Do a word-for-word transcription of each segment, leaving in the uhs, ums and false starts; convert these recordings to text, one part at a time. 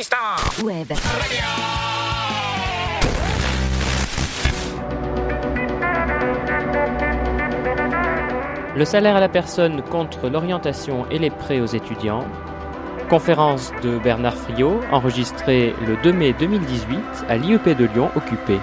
Transistor Web. Le salaire à la personne contre l'orientation et les prêts aux étudiants. Conférence de Bernard Friot, enregistrée le deux mai deux mille dix-huit à l'I E P de Lyon occupé.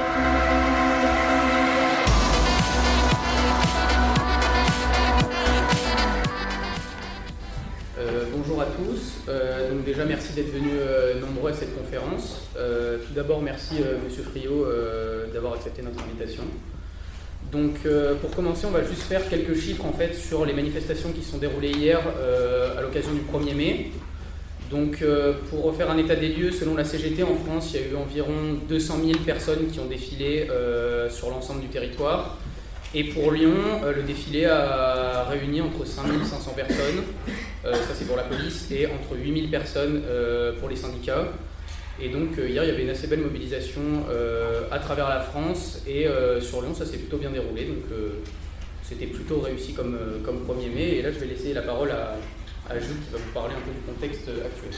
Euh, bonjour à tous. Euh, donc déjà merci d'être venus euh, nombreux à cette conférence. Euh, tout d'abord merci euh, Monsieur Friot euh, d'avoir accepté notre invitation. Donc euh, pour commencer, on va juste faire quelques chiffres en fait sur les manifestations qui se sont déroulées hier euh, à l'occasion du premier mai. Donc euh, pour refaire un état des lieux, selon la C G T en France, il y a eu environ deux cent mille personnes qui ont défilé euh, sur l'ensemble du territoire. Et pour Lyon, euh, le défilé a réuni entre cinq mille cinq cents personnes, euh, ça c'est pour la police, et entre huit mille personnes euh, pour les syndicats. Et donc euh, hier, il y avait une assez belle mobilisation euh, à travers la France, et euh, sur Lyon, ça s'est plutôt bien déroulé, donc euh, c'était plutôt réussi comme, euh, comme premier mai. Et là, je vais laisser la parole à, à Jules qui va vous parler un peu du contexte actuel.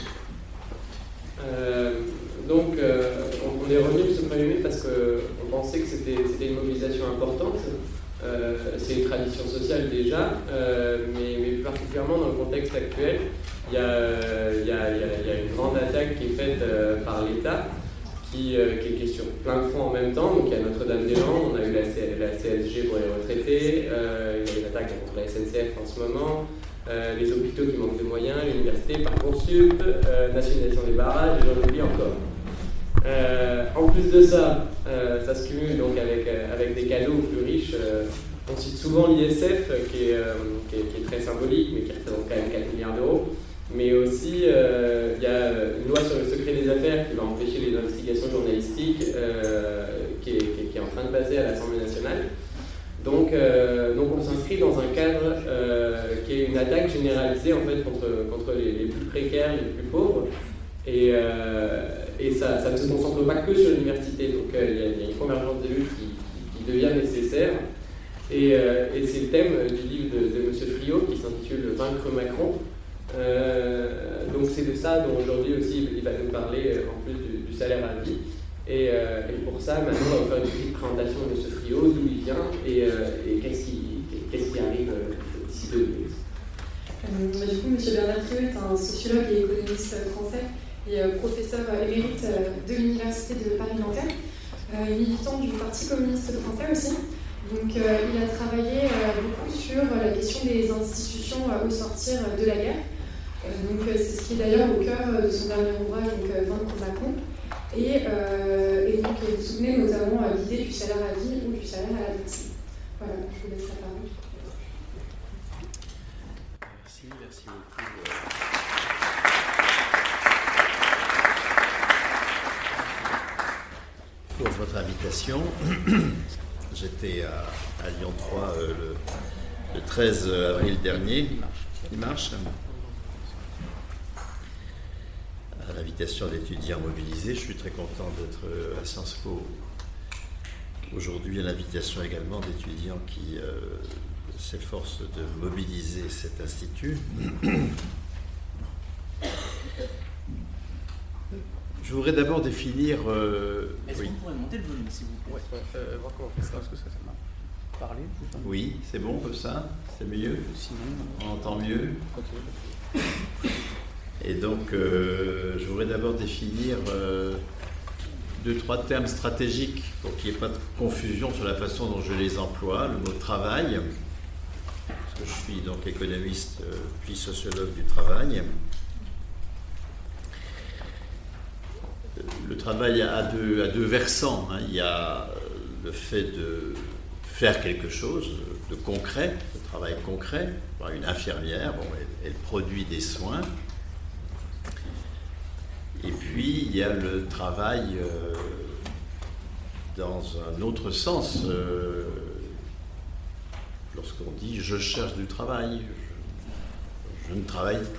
Euh, donc, euh, on est revenu ce premier mai parce qu'on pensait que c'était, c'était une mobilisation importante. Euh, c'est une tradition sociale déjà, euh, mais, mais plus particulièrement dans le contexte actuel, il y a, il y a, il y a, il y a une grande attaque qui est faite euh, par l'État, qui, euh, qui, qui est sur plein de fronts en même temps. Donc il y a Notre-Dame-des-Landes, on a eu la, C, la C S G pour les retraités, euh, il y a une attaque contre la S N C F en ce moment, euh, les hôpitaux qui manquent de moyens, l'université, Parcoursup, euh, nationalisation des barrages, et j'en oublie encore. Euh, en plus de ça, euh, ça se cumule donc avec, euh, avec des cadeaux aux plus riches. Euh, on cite souvent l'I S F qui est, euh, qui, est, qui est très symbolique, mais qui représente quand même quatre milliards d'euros. Mais aussi, euh, il y a une loi sur le secret des affaires qui va empêcher les investigations journalistiques, euh, qui, est, qui, est, qui est en train de passer à l'Assemblée nationale. Donc, euh, donc on s'inscrit dans un cadre euh, qui est une attaque généralisée en fait, contre, contre les, les plus précaires, les plus pauvres. Et, euh, et ça, ça ne se concentre pas que sur l'université, donc euh, il, y a, il y a une convergence des luttes qui, qui, qui devient nécessaire. Et, euh, et c'est le thème du livre de, de M. Friot qui s'intitule « Vaincre Macron ». Euh, donc c'est de ça dont aujourd'hui aussi il va nous parler en plus du, du salaire à vie. Et, euh, et pour ça, maintenant on va faire une petite présentation de M. Friot, d'où il vient et, euh, et qu'est-ce, qui, qu'est-ce qui arrive d'ici deux minutes. Euh, du coup, M. Bernard Friot est un sociologue et économiste français et euh, professeur émérite euh, de l'Université de Paris-Nanterre, euh, militant du Parti communiste français aussi. Donc euh, il a travaillé euh, beaucoup sur la question des institutions euh, au sortir de la guerre. Euh, donc euh, c'est ce qui est d'ailleurs au cœur de son dernier ouvrage, donc euh, Vaincre Macron. Et, euh, et donc vous souvenez notamment euh, l'idée du salaire à vie ou du salaire à la médecine. Voilà, je vous laisse la parole. Merci, merci beaucoup. Pour votre invitation. J'étais à, à Lyon trois euh, le, le treize avril dernier. Il marche. À l'invitation d'étudiants mobilisés. Je suis très content d'être à Sciences Po aujourd'hui, à l'invitation également d'étudiants qui euh, s'efforcent de mobiliser cet institut. Je voudrais d'abord définir... Euh, Est-ce oui. que vous pourrez monter le volume, s'il vous plaît? Ouais, euh, voir comment on fait ça, parce que ça, ça m'a parlé. Oui, c'est bon comme ça? C'est mieux? Sinon, on entend mieux? Ok. Et donc, euh, je voudrais d'abord définir euh, deux, trois termes stratégiques pour qu'il n'y ait pas de confusion sur la façon dont je les emploie. Le mot travail, parce que je suis donc économiste euh, puis sociologue du travail. Le travail a deux, a deux versants. Hein. Il y a le fait de faire quelque chose de concret, de travail concret. Une infirmière, bon, elle, elle produit des soins. Et puis, il y a le travail euh, dans un autre sens. Euh, lorsqu'on dit « je cherche du travail je, »,« je ne travaille plus ».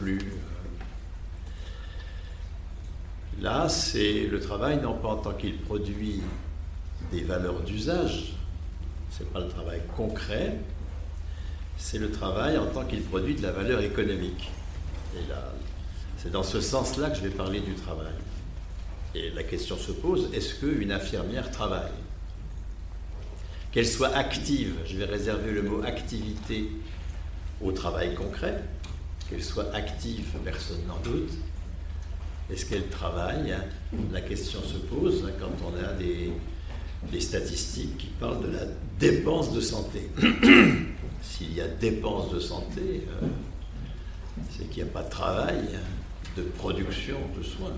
Là, c'est le travail, non pas en tant qu'il produit des valeurs d'usage, ce n'est pas le travail concret, c'est le travail en tant qu'il produit de la valeur économique. Et là, C'est dans ce sens-là que je vais parler du travail. Et la question se pose, est-ce qu'une infirmière travaille? Qu'elle soit active, je vais réserver le mot activité au travail concret, qu'elle soit active, personne n'en doute. Est-ce qu'elle travaille? La question se pose quand on a des, des statistiques qui parlent de la dépense de santé. S'il y a dépense de santé, euh, c'est qu'il n'y a pas de travail, de production de soins.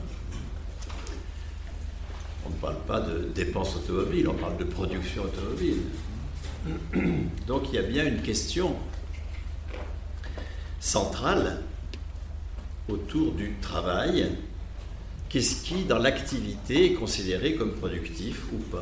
On ne parle pas de dépenses automobiles, on parle de production automobile. Donc il y a bien une question centrale autour du travail. Qu'est-ce qui, dans l'activité, est considéré comme productif ou pas?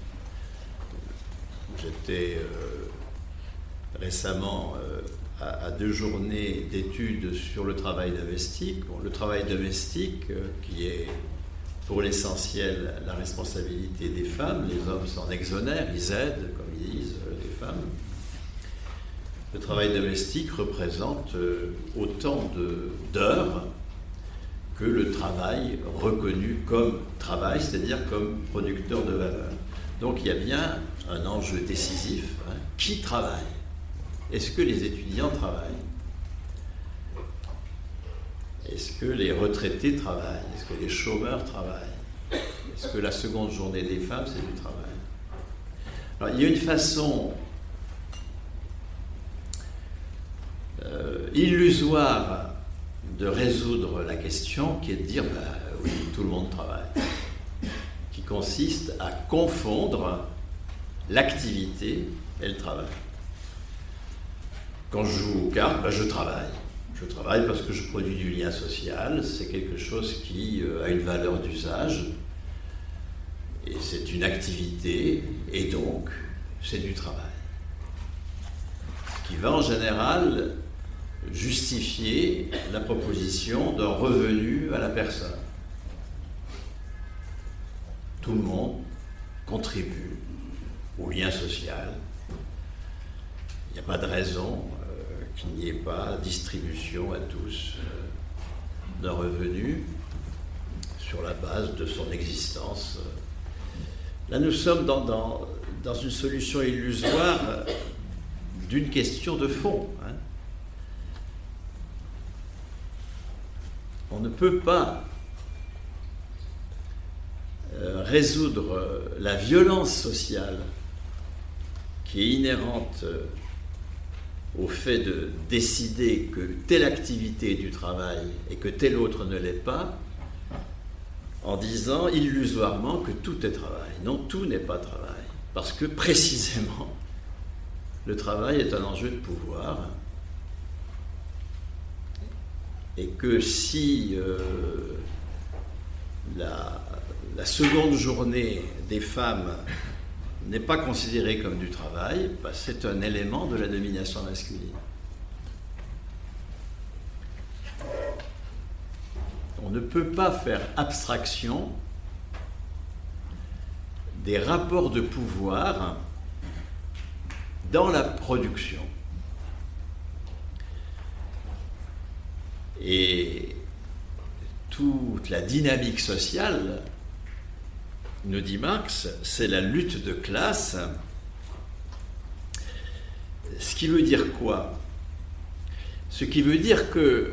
J'étais euh, récemment euh, à, à deux journées d'études sur le travail domestique. Bon, le travail domestique, euh, qui est pour l'essentiel la responsabilité des femmes, les hommes s'en exonèrent, ils aident, comme ils disent, les femmes. Le travail domestique représente euh, autant de, d'heures que le travail reconnu comme travail, c'est-à-dire comme producteur de valeur. Donc il y a bien un enjeu décisif. Hein. Qui travaille? Est-ce que les étudiants travaillent? Est-ce que les retraités travaillent? Est-ce que les chômeurs travaillent? Est-ce que la seconde journée des femmes, c'est du travail? Alors, il y a une façon euh, illusoire de résoudre la question qui est de dire bah, oui, tout le monde travaille, qui consiste à confondre l'activité et le travail. Quand je joue aux cartes, bah, je travaille. Je travaille parce que je produis du lien social, c'est quelque chose qui euh, a une valeur d'usage, et c'est une activité, et donc c'est du travail. Ce qui va en général justifier la proposition d'un revenu à la personne. Tout le monde contribue au lien social. Il n'y a pas de raison euh, qu'il n'y ait pas distribution à tous euh, d'un revenu sur la base de son existence. Là, nous sommes dans, dans, dans une solution illusoire euh, d'une question de fond. Hein. On ne peut pas euh, résoudre euh, la violence sociale qui est inhérente euh, au fait de décider que telle activité est du travail et que telle autre ne l'est pas, en disant illusoirement que tout est travail. Non, tout n'est pas travail, parce que précisément, le travail est un enjeu de pouvoir, et que si euh, la, la seconde journée des femmes n'est pas considérée comme du travail, bah, c'est un élément de la domination masculine. On ne peut pas faire abstraction des rapports de pouvoir dans la production. Et toute la dynamique sociale, nous dit Marx, c'est la lutte de classe. Ce qui veut dire quoi? Ce qui veut dire que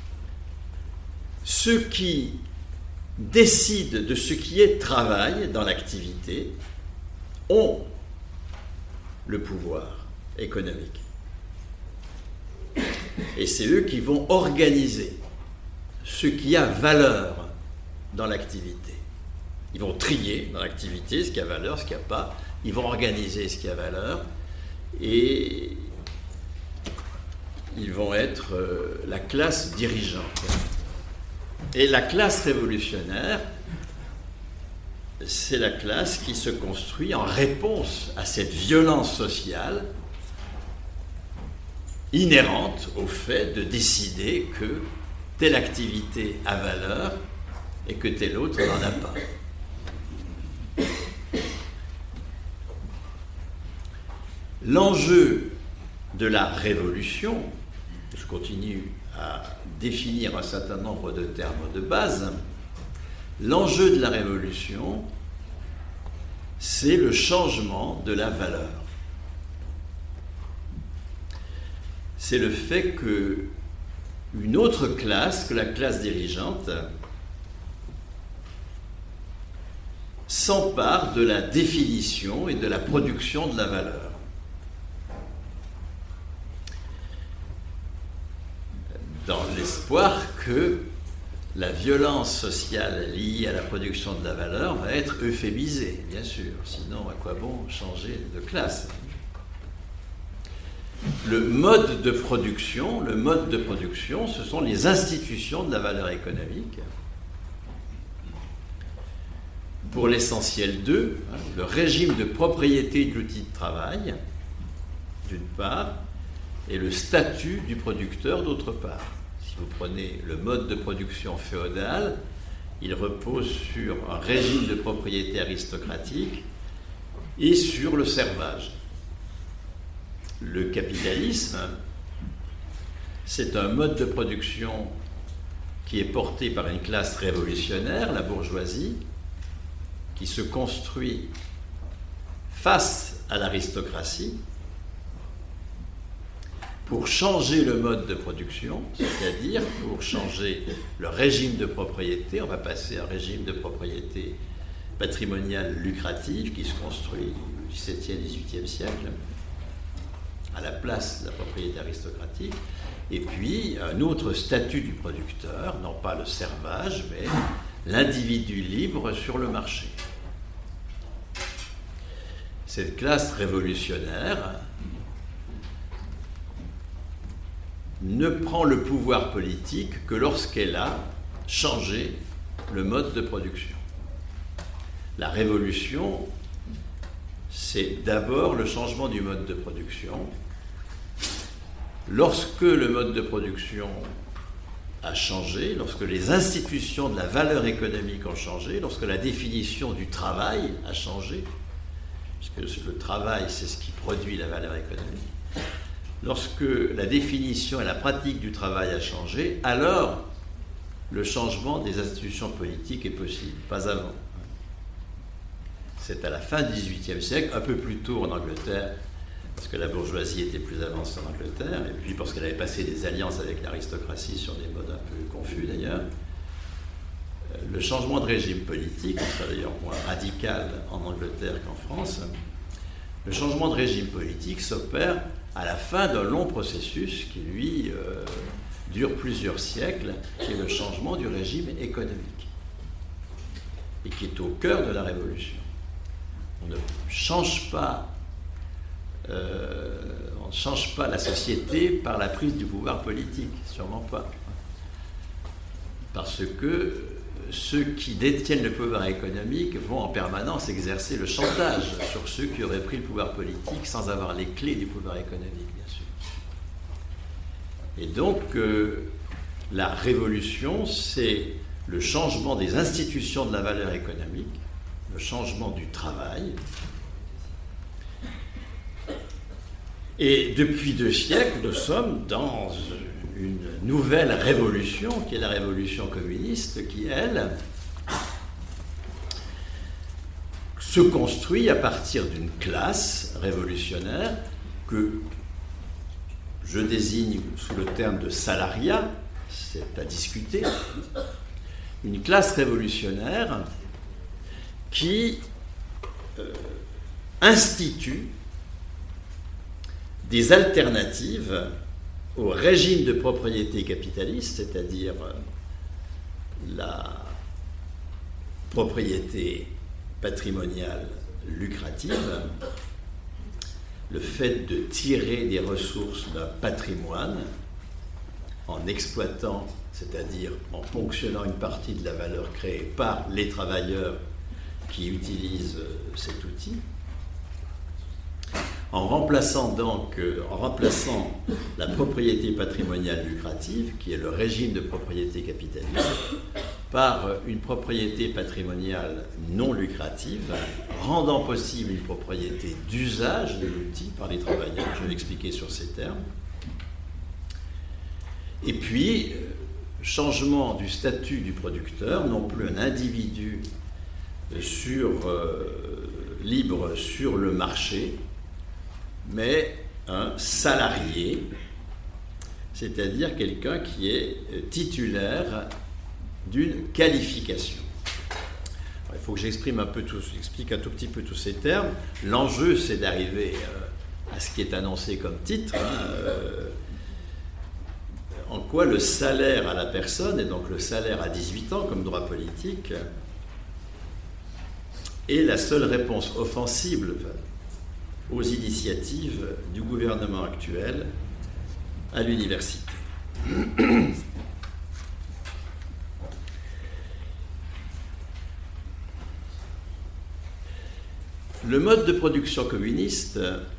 ceux qui décident de ce qui est travail dans l'activité ont le pouvoir économique. Et c'est eux qui vont organiser ce qui a valeur dans l'activité. Ils vont trier dans l'activité ce qui a valeur, ce qui n'a pas. Ils vont organiser ce qui a valeur. Et ils vont être euh, la classe dirigeante. Et la classe révolutionnaire, c'est la classe qui se construit en réponse à cette violence sociale inhérente au fait de décider que telle activité a valeur et que telle autre n'en a pas. L'enjeu de la révolution, je continue à définir un certain nombre de termes de base. L'enjeu de la révolution, c'est le changement de la valeur. C'est le fait qu'une autre classe que la classe dirigeante s'empare de la définition et de la production de la valeur. Dans l'espoir que la violence sociale liée à la production de la valeur va être euphémisée, bien sûr. Sinon, à quoi bon changer de classe ? Le mode de production, le mode de production, ce sont les institutions de la valeur économique. Pour l'essentiel d'eux, hein, le régime de propriété de l'outil de travail, d'une part, et le statut du producteur, d'autre part. Si vous prenez le mode de production féodal, il repose sur un régime de propriété aristocratique et sur le servage. Le capitalisme, c'est un mode de production qui est porté par une classe révolutionnaire, la bourgeoisie, qui se construit face à l'aristocratie pour changer le mode de production, c'est-à-dire pour changer le régime de propriété. On va passer à un régime de propriété patrimoniale lucrative qui se construit au dix-septième, dix-huitième siècle, à la place de la propriété aristocratique, et puis un autre statut du producteur, non pas le servage, mais l'individu libre sur le marché. Cette classe révolutionnaire ne prend le pouvoir politique que lorsqu'elle a changé le mode de production. La révolution, c'est d'abord le changement du mode de production. Lorsque le mode de production a changé, lorsque les institutions de la valeur économique ont changé, lorsque la définition du travail a changé, puisque le travail, c'est ce qui produit la valeur économique, lorsque la définition et la pratique du travail a changé, alors le changement des institutions politiques est possible, pas avant. C'est à la fin du dix-huitième siècle, un peu plus tôt en Angleterre, parce que la bourgeoisie était plus avancée en Angleterre, et puis parce qu'elle avait passé des alliances avec l'aristocratie sur des modes un peu confus d'ailleurs. Le changement de régime politique, c'est d'ailleurs moins radical en Angleterre qu'en France, le changement de régime politique s'opère à la fin d'un long processus qui, lui, euh, dure plusieurs siècles, qui est le changement du régime économique, et qui est au cœur de la Révolution. On ne change pas, euh, on ne change pas la société par la prise du pouvoir politique, sûrement pas. Parce que ceux qui détiennent le pouvoir économique vont en permanence exercer le chantage sur ceux qui auraient pris le pouvoir politique sans avoir les clés du pouvoir économique, bien sûr. Et donc, euh, la révolution, c'est le changement des institutions de la valeur économique, le changement du travail. Et depuis deux siècles, nous sommes dans une nouvelle révolution, qui est la révolution communiste, qui, elle, se construit à partir d'une classe révolutionnaire que je désigne sous le terme de salariat, c'est à discuter, une classe révolutionnaire qui euh, institue des alternatives au régime de propriété capitaliste, c'est-à-dire la propriété patrimoniale lucrative, le fait de tirer des ressources d'un patrimoine en exploitant, c'est-à-dire en ponctionnant une partie de la valeur créée par les travailleurs qui utilisent cet outil, en remplaçant donc, en remplaçant la propriété patrimoniale lucrative, qui est le régime de propriété capitaliste, par une propriété patrimoniale non lucrative, rendant possible une propriété d'usage de l'outil par les travailleurs. Je vais l'expliquer sur ces termes. Et puis, changement du statut du producteur, non plus un individu sur, euh, libre sur le marché, mais un salarié, c'est-à-dire quelqu'un qui est titulaire d'une qualification. Alors, il faut que j'exprime un peu tout, j'explique un tout petit peu tous ces termes. L'enjeu, c'est d'arriver euh, à ce qui est annoncé comme titre, hein, euh, en quoi le salaire à la personne, et donc le salaire à dix-huit ans comme droit politique, est la seule réponse offensive aux initiatives du gouvernement actuel à l'université. Le mode de production communiste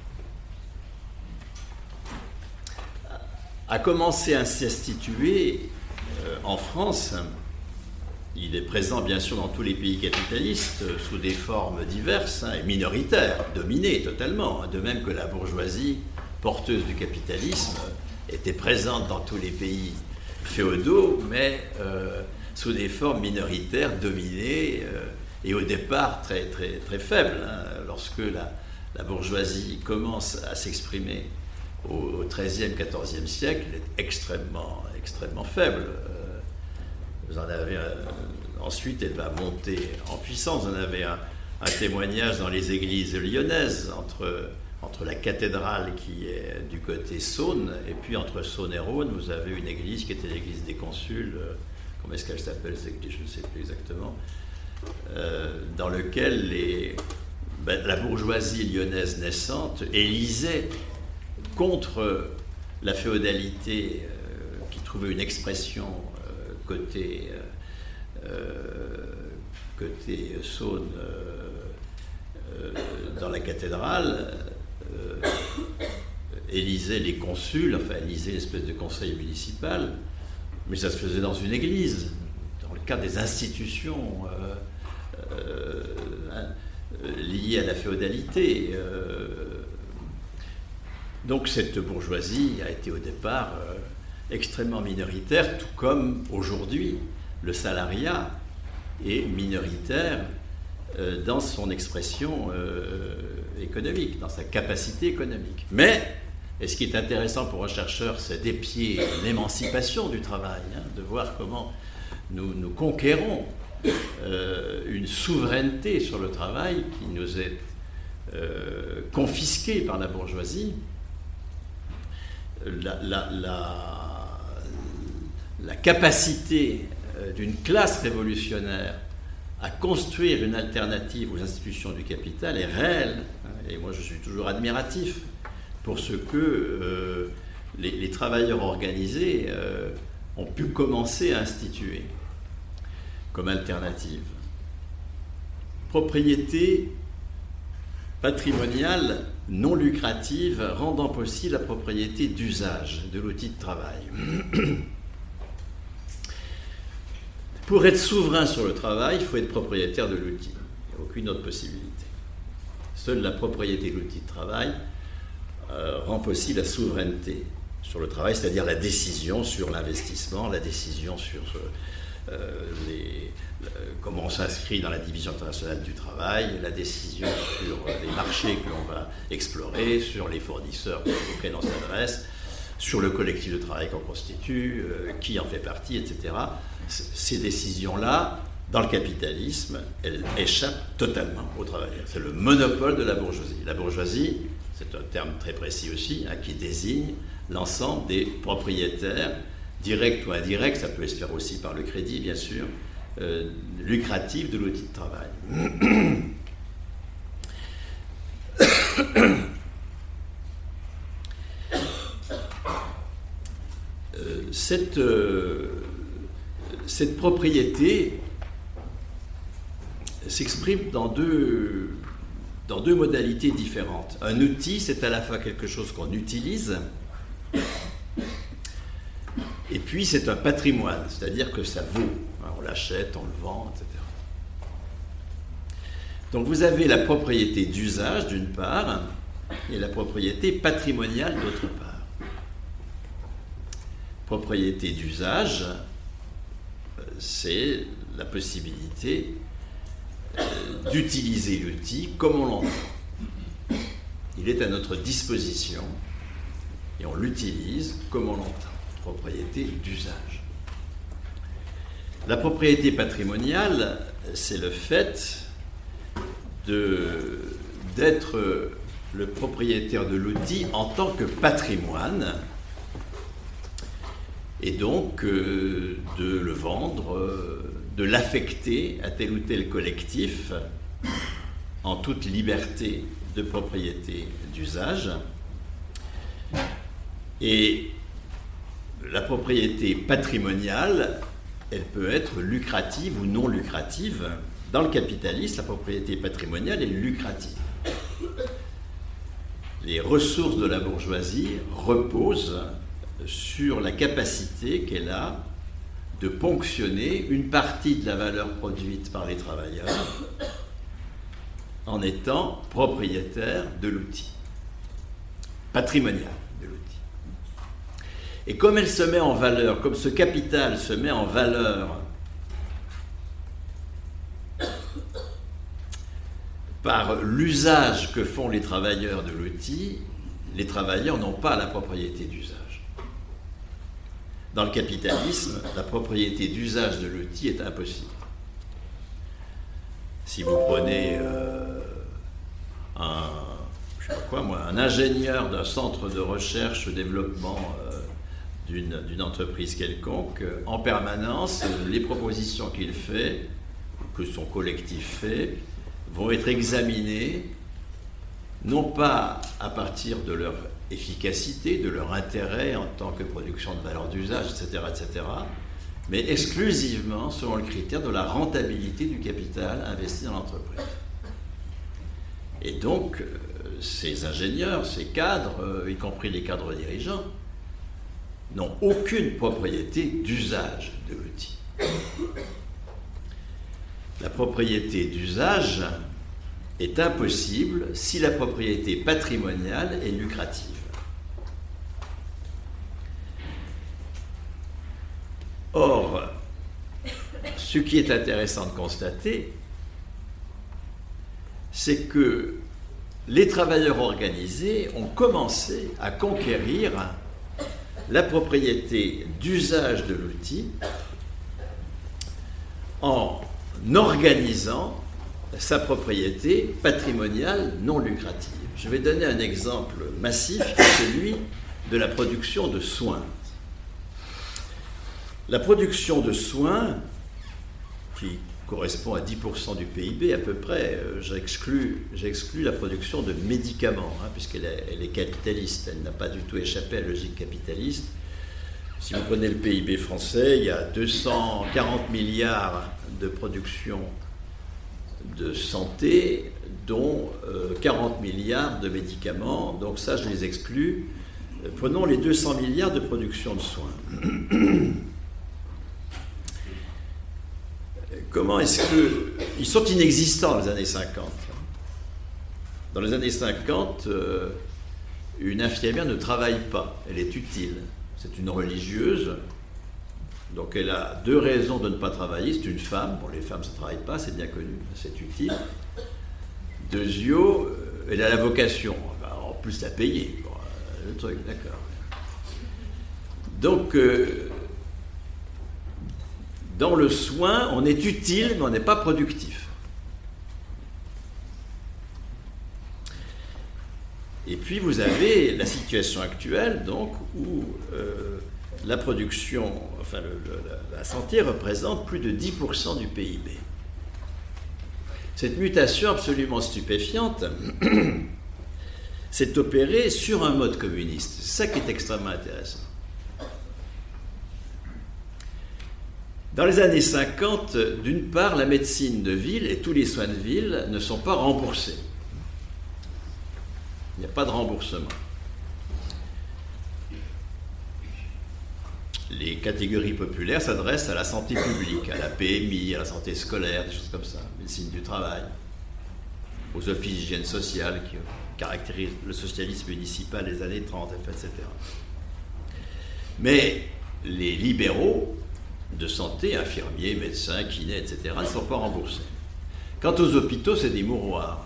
a commencé à s'instituer euh, en France. Il est présent bien sûr dans tous les pays capitalistes euh, sous des formes diverses hein, et minoritaires, dominées totalement, hein, de même que la bourgeoisie porteuse du capitalisme euh, était présente dans tous les pays féodaux, mais euh, sous des formes minoritaires, dominées euh, et au départ très, très, très faibles. Hein, lorsque la, la bourgeoisie commence à s'exprimer au treizième, quatorzième siècle, elle est extrêmement, extrêmement faible. Euh, vous en avez un, ensuite, elle va monter en puissance. Vous en avez un, un témoignage dans les églises lyonnaises, entre, entre la cathédrale qui est du côté Saône, et puis entre Saône et Rhône, vous avez une église qui était l'église des consuls, euh, comment est-ce qu'elle s'appelle, cette église, je ne sais plus exactement, euh, dans lequel les, ben, la bourgeoisie lyonnaise naissante élisait contre la féodalité euh, qui trouvait une expression euh, côté, euh, côté Saône euh, euh, dans la cathédrale, euh, élisait les consuls, enfin élisait l'espèce de conseil municipal, mais ça se faisait dans une église, dans le cadre des institutions euh, euh, liées à la féodalité. Euh, Donc cette bourgeoisie a été au départ euh, extrêmement minoritaire, tout comme aujourd'hui le salariat est minoritaire euh, dans son expression euh, économique, dans sa capacité économique. Mais, et ce qui est intéressant pour un chercheur, c'est d'épier l'émancipation du travail, hein, de voir comment nous, nous conquérons euh, une souveraineté sur le travail qui nous est euh, confisquée par la bourgeoisie. La, la, la, la capacité d'une classe révolutionnaire à construire une alternative aux institutions du capital est réelle. Et moi, je suis toujours admiratif pour ce que euh, les, les travailleurs organisés euh, ont pu commencer à instituer comme alternative. Propriété patrimoniale non lucrative rendant possible la propriété d'usage de l'outil de travail. Pour être souverain sur le travail, il faut être propriétaire de l'outil. Il n'y a aucune autre possibilité. Seule la propriété de l'outil de travail euh, rend possible la souveraineté sur le travail, c'est-à-dire la décision sur l'investissement, la décision sur euh, les, euh, comment on s'inscrit dans la division internationale du travail, la décision sur les marchés que l'on va explorer, sur les fournisseurs auxquels on s'adresse, sur le collectif de travail qu'on constitue, euh, qui en fait partie, et cetera. C- ces décisions-là, dans le capitalisme, elles échappent totalement aux travailleurs. C'est le monopole de la bourgeoisie. La bourgeoisie, c'est un terme très précis aussi, hein, qui désigne l'ensemble des propriétaires, directs ou indirects, ça peut se faire aussi par le crédit, bien sûr, euh, lucratif de l'outil de travail. euh, cette, euh, cette propriété s'exprime dans deux, dans deux modalités différentes. Un outil, c'est à la fois quelque chose qu'on utilise, et puis c'est un patrimoine, c'est-à-dire que ça vaut. On l'achète, on le vend, et cetera. Donc vous avez la propriété d'usage d'une part, et la propriété patrimoniale d'autre part. propriété d'usage, c'est la possibilité d'utiliser l'outil comme on l'entend. Il est à notre disposition et on l'utilise comme on l'entend. Propriété d'usage. La propriété patrimoniale, c'est le fait de, d'être le propriétaire de l'outil en tant que patrimoine et donc euh, de le vendre, euh, de l'affecter à tel ou tel collectif en toute liberté de propriété d'usage. Et la propriété patrimoniale, elle peut être lucrative ou non lucrative. Dans le capitalisme, la propriété patrimoniale est lucrative. Les ressources de la bourgeoisie reposent sur la capacité qu'elle a de ponctionner une partie de la valeur produite par les travailleurs en étant propriétaire de l'outil patrimonial de l'outil. Et comme elle se met en valeur, comme ce capital se met en valeur par l'usage que font les travailleurs de l'outil, les travailleurs n'ont pas la propriété d'usage. Dans le capitalisme, la propriété d'usage de l'outil est impossible. Si vous prenez euh, un, je sais pas quoi, moi, un ingénieur d'un centre de recherche et développement euh, d'une, d'une entreprise quelconque, en permanence, les propositions qu'il fait, que son collectif fait, vont être examinées non pas à partir de leur efficacité, de leur intérêt en tant que production de valeur d'usage, et cetera, et cetera, mais exclusivement selon le critère de la rentabilité du capital investi dans l'entreprise. Et donc, ces ingénieurs, ces cadres, y compris les cadres dirigeants, n'ont aucune propriété d'usage de l'outil. La propriété d'usage est impossible si la propriété patrimoniale est lucrative. Or, ce qui est intéressant de constater, c'est que les travailleurs organisés ont commencé à conquérir la propriété d'usage de l'outil en organisant sa propriété patrimoniale non lucrative. Je vais donner un exemple massif, qui est celui de la production de soins. La production de soins, qui correspond à dix pour cent du P I B à peu près, euh, j'exclus, j'exclus la production de médicaments, hein, puisqu'elle est, elle est capitaliste, elle n'a pas du tout échappé à la logique capitaliste. Si vous prenez le P I B français, il y a deux cent quarante milliards de production de santé, dont euh, quarante milliards de médicaments, donc ça je les exclus. Prenons les deux cents milliards de production de soins. Comment est-ce que... Ils sont inexistants dans les années cinquante. Dans les années cinquante, euh, une infirmière ne travaille pas, elle est utile. C'est une religieuse, donc elle a deux raisons de ne pas travailler. C'est une femme, bon les femmes ça ne travaille pas, c'est bien connu, c'est utile. Deuxièmement, elle a la vocation, en plus la payer, bon, le truc, d'accord. Donc, euh, dans le soin, on est utile, mais on n'est pas productif. Et puis vous avez la situation actuelle, donc, où euh, la production, enfin le, le, la, la santé représente plus de dix pour cent du P I B. Cette mutation absolument stupéfiante s'est opérée sur un mode communiste. C'est ça qui est extrêmement intéressant. Dans les années cinquante, d'une part, la médecine de ville et tous les soins de ville ne sont pas remboursés. Il n'y a pas de remboursement. Les catégories populaires s'adressent à la santé publique, à la P M I, à la santé scolaire, des choses comme ça, médecine du travail, aux offices d'hygiène sociale qui caractérisent le socialisme municipal des années trente, et cetera. Mais les libéraux de santé, infirmiers, médecins, kinés, et cetera, ne sont pas remboursés. Quant aux hôpitaux, c'est des mouroirs.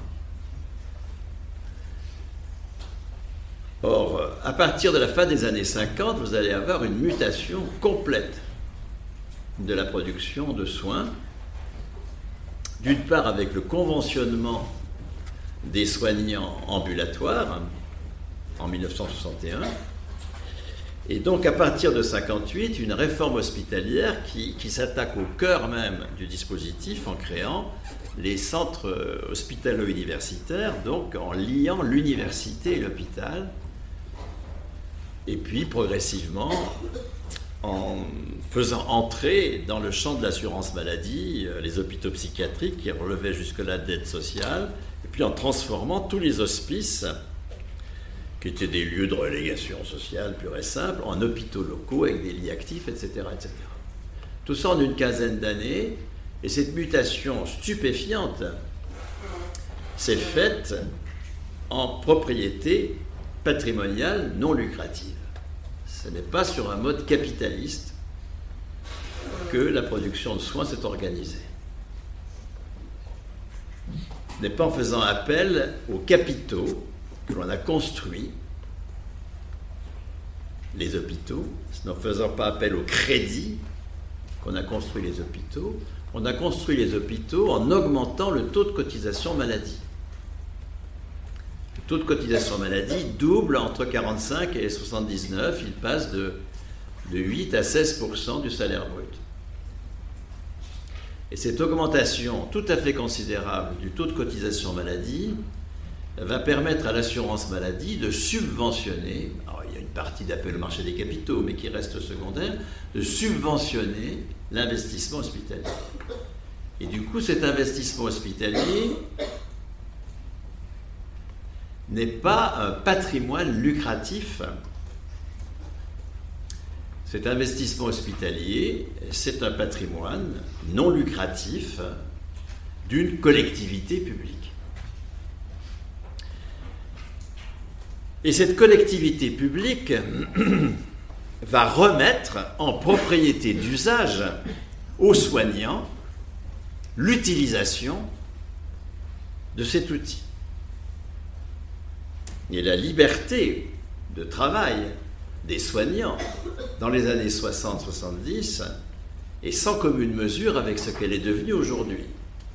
Or, à partir de la fin des années cinquante, vous allez avoir une mutation complète de la production de soins, d'une part avec le conventionnement des soignants ambulatoires en mille neuf cent soixante et un, et donc à partir de cinquante-huit, une réforme hospitalière qui, qui s'attaque au cœur même du dispositif en créant les centres hospitalo-universitaires, donc en liant l'université et l'hôpital, et puis progressivement en faisant entrer dans le champ de l'assurance maladie les hôpitaux psychiatriques qui relevaient jusque-là d'aide sociale, et puis en transformant tous les hospices, qui étaient des lieux de relégation sociale pure et simple, en hôpitaux locaux avec des lits actifs, et cetera, et cetera. Tout ça en une quinzaine d'années, et cette mutation stupéfiante s'est faite en propriété patrimoniale non lucrative. Ce n'est pas sur un mode capitaliste que la production de soins s'est organisée. Ce n'est pas en faisant appel aux capitaux que l'on a construit les hôpitaux, ce n'est en faisant pas appel au crédit qu'on a construit les hôpitaux. On a construit les hôpitaux en augmentant le taux de cotisation maladie. Le taux de cotisation maladie double entre quarante-cinq et soixante-dix-neuf, il passe de, de huit à seize pour cent du salaire brut. Et cette augmentation tout à fait considérable du taux de cotisation maladie va permettre à l'assurance maladie de subventionner, alors il y a une partie d'appel au marché des capitaux, mais qui reste secondaire, de subventionner l'investissement hospitalier. Et du coup, cet investissement hospitalier n'est pas un patrimoine lucratif. Cet investissement hospitalier, c'est un patrimoine non lucratif d'une collectivité publique. Et cette collectivité publique va remettre en propriété d'usage aux soignants l'utilisation de cet outil. Et la liberté de travail des soignants dans les années soixante soixante-dix est sans commune mesure avec ce qu'elle est devenue aujourd'hui.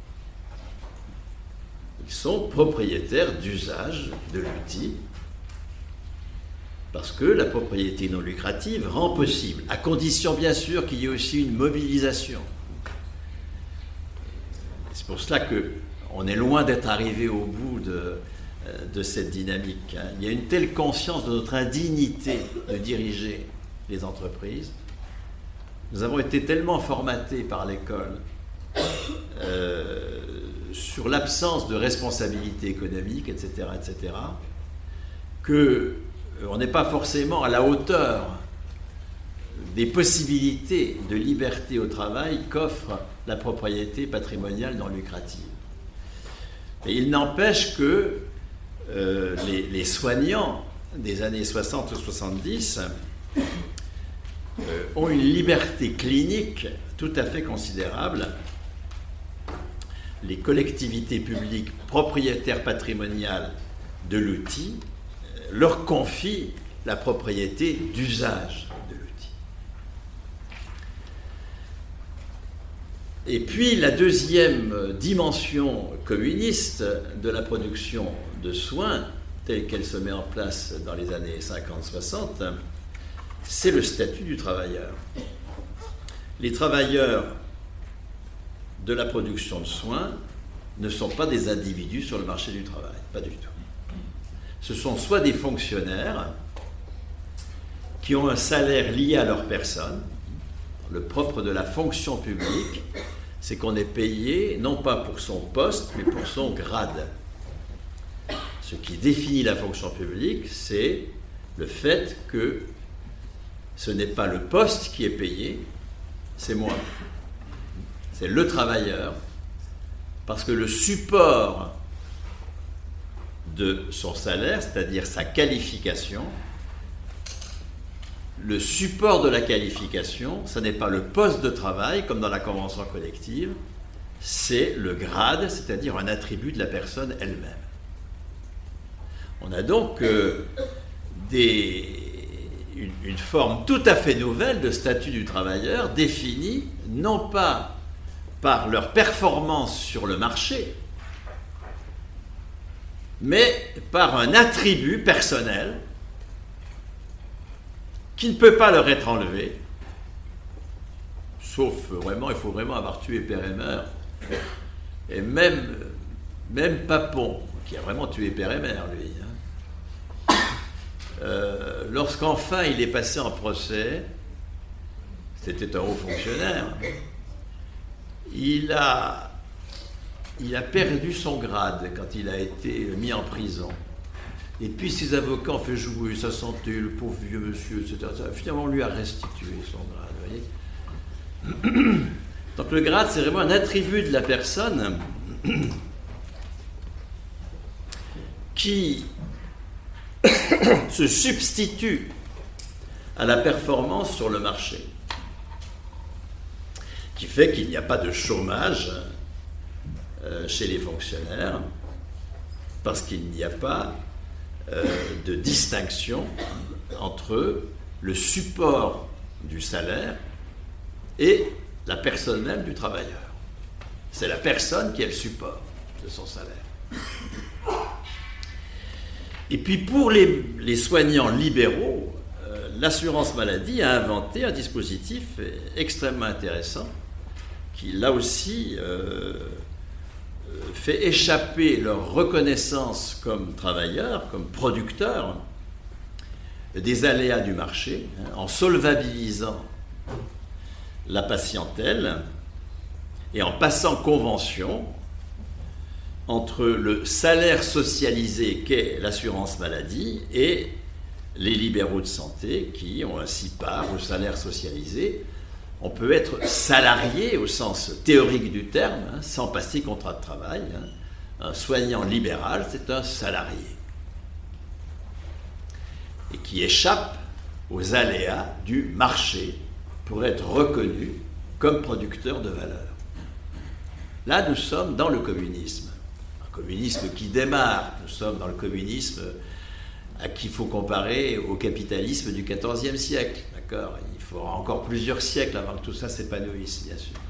Ils sont propriétaires d'usage de l'outil parce que la propriété non lucrative rend possible, à condition bien sûr qu'il y ait aussi une mobilisation. C'est pour cela qu'on est loin d'être arrivé au bout de, de cette dynamique. Il y a une telle conscience de notre indignité de diriger les entreprises. Nous avons été tellement formatés par l'école euh, sur l'absence de responsabilité économique, et cetera, et cetera, que on n'est pas forcément à la hauteur des possibilités de liberté au travail qu'offre la propriété patrimoniale non lucrative. Et il n'empêche que euh, les, les soignants des années soixante ou soixante-dix euh, ont une liberté clinique tout à fait considérable. Les collectivités publiques propriétaires patrimoniales de l'outil leur confie la propriété d'usage de l'outil. Et puis la deuxième dimension communiste de la production de soins, telle qu'elle se met en place dans les années cinquante soixante, c'est le statut du travailleur. Les travailleurs de la production de soins ne sont pas des individus sur le marché du travail, pas du tout. Ce sont soit des fonctionnaires qui ont un salaire lié à leur personne. Le propre de la fonction publique, c'est qu'on est payé non pas pour son poste, mais pour son grade. Ce qui définit la fonction publique, c'est le fait que ce n'est pas le poste qui est payé, c'est moi. C'est le travailleur, parce que le support de son salaire, c'est-à-dire sa qualification, le support de la qualification, ce n'est pas le poste de travail, comme dans la convention collective, c'est le grade, c'est-à-dire un attribut de la personne elle-même. On a donc euh, des, une, une forme tout à fait nouvelle de statut du travailleur, définie non pas par leur performance sur le marché, mais par un attribut personnel qui ne peut pas leur être enlevé, sauf vraiment, il faut vraiment avoir tué père et mère, et même, même Papon, qui a vraiment tué père et mère, lui. Hein. Euh, lorsqu'enfin il est passé en procès, c'était un haut fonctionnaire, il a, il a perdu son grade quand il a été mis en prison. Et puis ses avocats ont fait jouer sa santé, le pauvre vieux monsieur, et cetera. Finalement, on lui a restitué son grade. Vous voyez. Donc le grade, c'est vraiment un attribut de la personne qui se substitue à la performance sur le marché, qui fait qu'il n'y a pas de chômage euh, chez les fonctionnaires, parce qu'il n'y a pas Euh, de distinction entre le support du salaire et la personne même du travailleur. C'est la personne qui est le support de son salaire. Et puis pour les, les soignants libéraux, euh, l'assurance maladie a inventé un dispositif extrêmement intéressant qui, là aussi, euh, fait échapper leur reconnaissance comme travailleurs, comme producteurs, des aléas du marché, hein, en solvabilisant la patientèle et en passant convention entre le salaire socialisé qu'est l'assurance maladie et les libéraux de santé qui ont ainsi part au salaire socialisé. On peut être salarié au sens théorique du terme, hein, sans passer contrat de travail. Hein. Un soignant libéral, c'est un salarié. Et qui échappe aux aléas du marché pour être reconnu comme producteur de valeur. Là, nous sommes dans le communisme. Un communisme qui démarre. Nous sommes dans le communisme à qui il faut comparer au capitalisme du quatorzième siècle. D'accord ? Il faudra encore plusieurs siècles avant que tout ça s'épanouisse, bien sûr.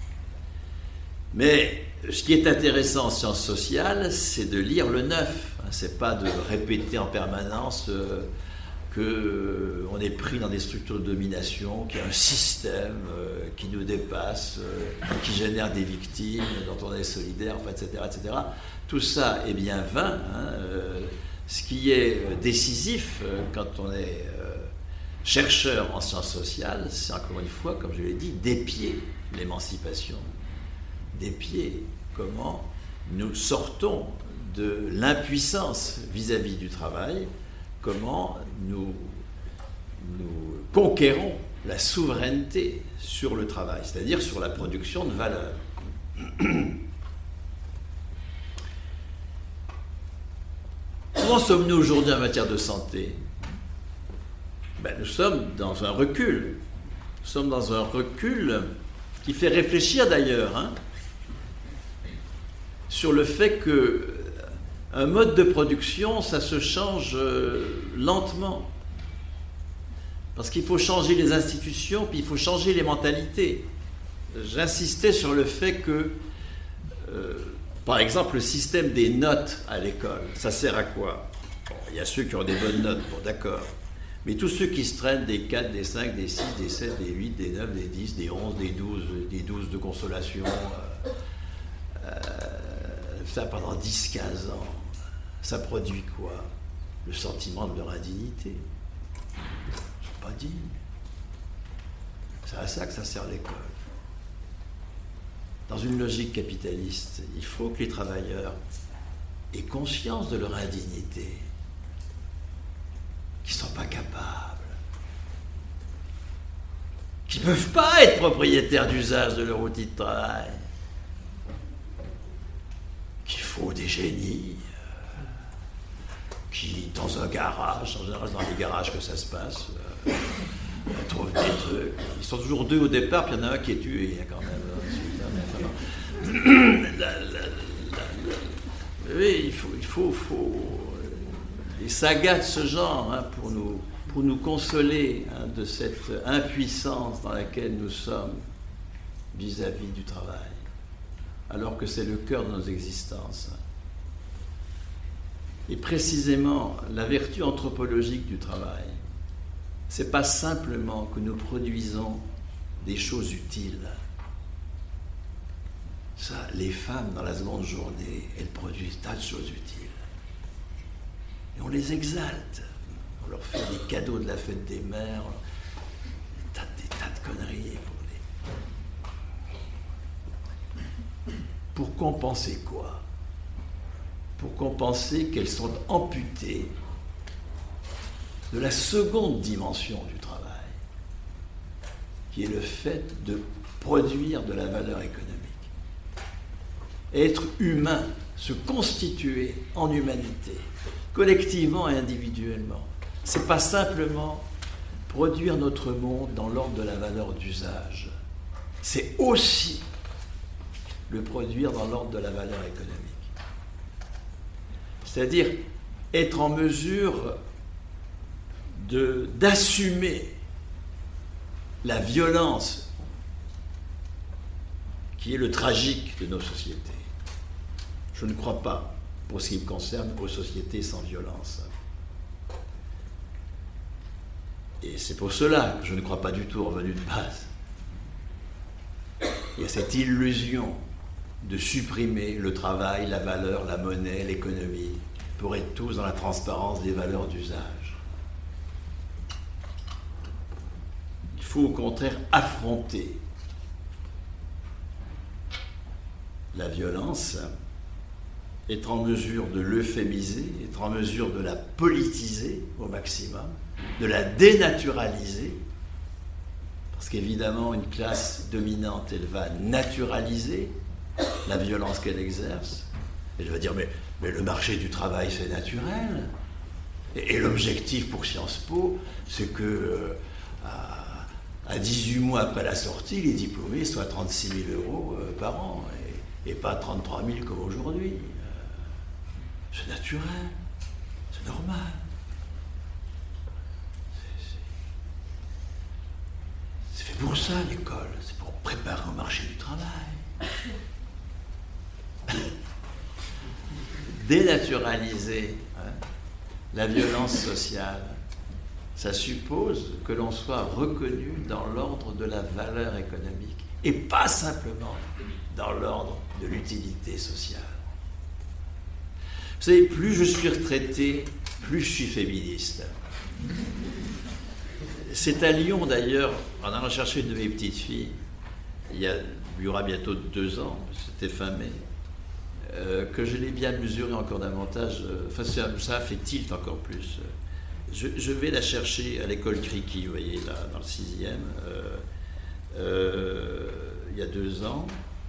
Mais ce qui est intéressant en sciences sociales, c'est de lire le neuf. C'est pas de répéter en permanence euh, qu'on euh, est pris dans des structures de domination, qu'il y a un système euh, qui nous dépasse, euh, qui génère des victimes, dont on est solidaire, enfin, et cetera, et cetera. Tout ça est bien vain. Hein, euh, ce qui est décisif euh, quand on est euh, chercheur en sciences sociales, c'est encore une fois, comme je l'ai dit, d'épier l'émancipation, d'épier comment nous sortons de l'impuissance vis-à-vis du travail, comment nous, nous conquérons la souveraineté sur le travail, c'est-à-dire sur la production de valeur. Comment sommes-nous aujourd'hui en matière de santé ? Ben, nous sommes dans un recul. Nous sommes dans un recul qui fait réfléchir d'ailleurs, hein, sur le fait que un mode de production, ça se change euh, lentement. Parce qu'il faut changer les institutions, puis il faut changer les mentalités. J'insistais sur le fait que, euh, par exemple, le système des notes à l'école, ça sert à quoi ? Bon, il y a ceux qui ont des bonnes notes, bon d'accord. Mais tous ceux qui se traînent des quatre, des cinq, des six, des sept, des huit, des neuf, des dix, des onze, des douze, des douze de consolation, euh, euh, ça pendant dix à quinze ans, ça produit quoi ? Le sentiment de leur indignité. C'est pas digne. C'est à ça que ça sert l'école. Dans une logique capitaliste, il faut que les travailleurs aient conscience de leur indignité, qu'ils ne sont pas capables, qu'ils ne peuvent pas être propriétaires d'usage de leur outil de travail, qu'il faut des génies qui, dans un garage, en général c'est dans les garages que ça se passe, euh, trouvent des trucs. Ils sont toujours deux au départ, puis il y en a un qui est tué, quand même. La, la, la, la, oui, il faut, il faut, faut les sagas de ce genre, hein, pour nous, pour nous consoler, hein, de cette impuissance dans laquelle nous sommes vis-à-vis du travail, alors que c'est le cœur de nos existences. Et précisément, la vertu anthropologique du travail, c'est pas simplement que nous produisons des choses utiles. Ça, les femmes, dans la seconde journée, elles produisent tas de choses utiles. Et on les exalte. On leur fait des cadeaux de la fête des mères, des tas, des tas de conneries pour les... Pour compenser quoi? Pour compenser qu'elles sont amputées de la seconde dimension du travail, qui est le fait de produire de la valeur économique. Être humain, se constituer en humanité, collectivement et individuellement. C'est pas simplement produire notre monde dans l'ordre de la valeur d'usage. C'est aussi le produire dans l'ordre de la valeur économique. C'est-à-dire être en mesure de, d'assumer la violence qui est le tragique de nos sociétés. Je ne crois pas, pour ce qui me concerne, aux sociétés sans violence. Et c'est pour cela que je ne crois pas du tout au revenu de base. Il y a cette illusion de supprimer le travail, la valeur, la monnaie, l'économie, pour être tous dans la transparence des valeurs d'usage. Il faut au contraire affronter la violence, être en mesure de l'euphémiser, être en mesure de la politiser au maximum, de la dénaturaliser, parce qu'évidemment une classe dominante, elle va naturaliser la violence qu'elle exerce. Elle va dire, mais, mais le marché du travail, c'est naturel. Et, et l'objectif pour Sciences Po, c'est que euh, à, à dix-huit mois après la sortie, les diplômés soient trente-six mille euros euh, par an, et, et pas trente-trois mille comme aujourd'hui. Euh, c'est naturel, c'est normal. C'est, c'est, c'est fait pour ça, l'école, c'est pour préparer au marché du travail. Dénaturaliser, hein, la violence sociale, ça suppose que l'on soit reconnu dans l'ordre de la valeur économique et pas simplement dans l'ordre de l'utilité sociale. Vous savez, plus je suis retraité, plus je suis féministe. C'est à Lyon d'ailleurs, en allant chercher une de mes petites filles, il y, a, il y aura bientôt deux ans, c'était fin mai, Euh, que je l'ai bien mesuré encore davantage, euh, enfin ça, ça a fait tilt encore plus. Je, je vais la chercher à l'école Criqui, vous voyez, là, dans le sixième, euh, euh, il y a deux ans.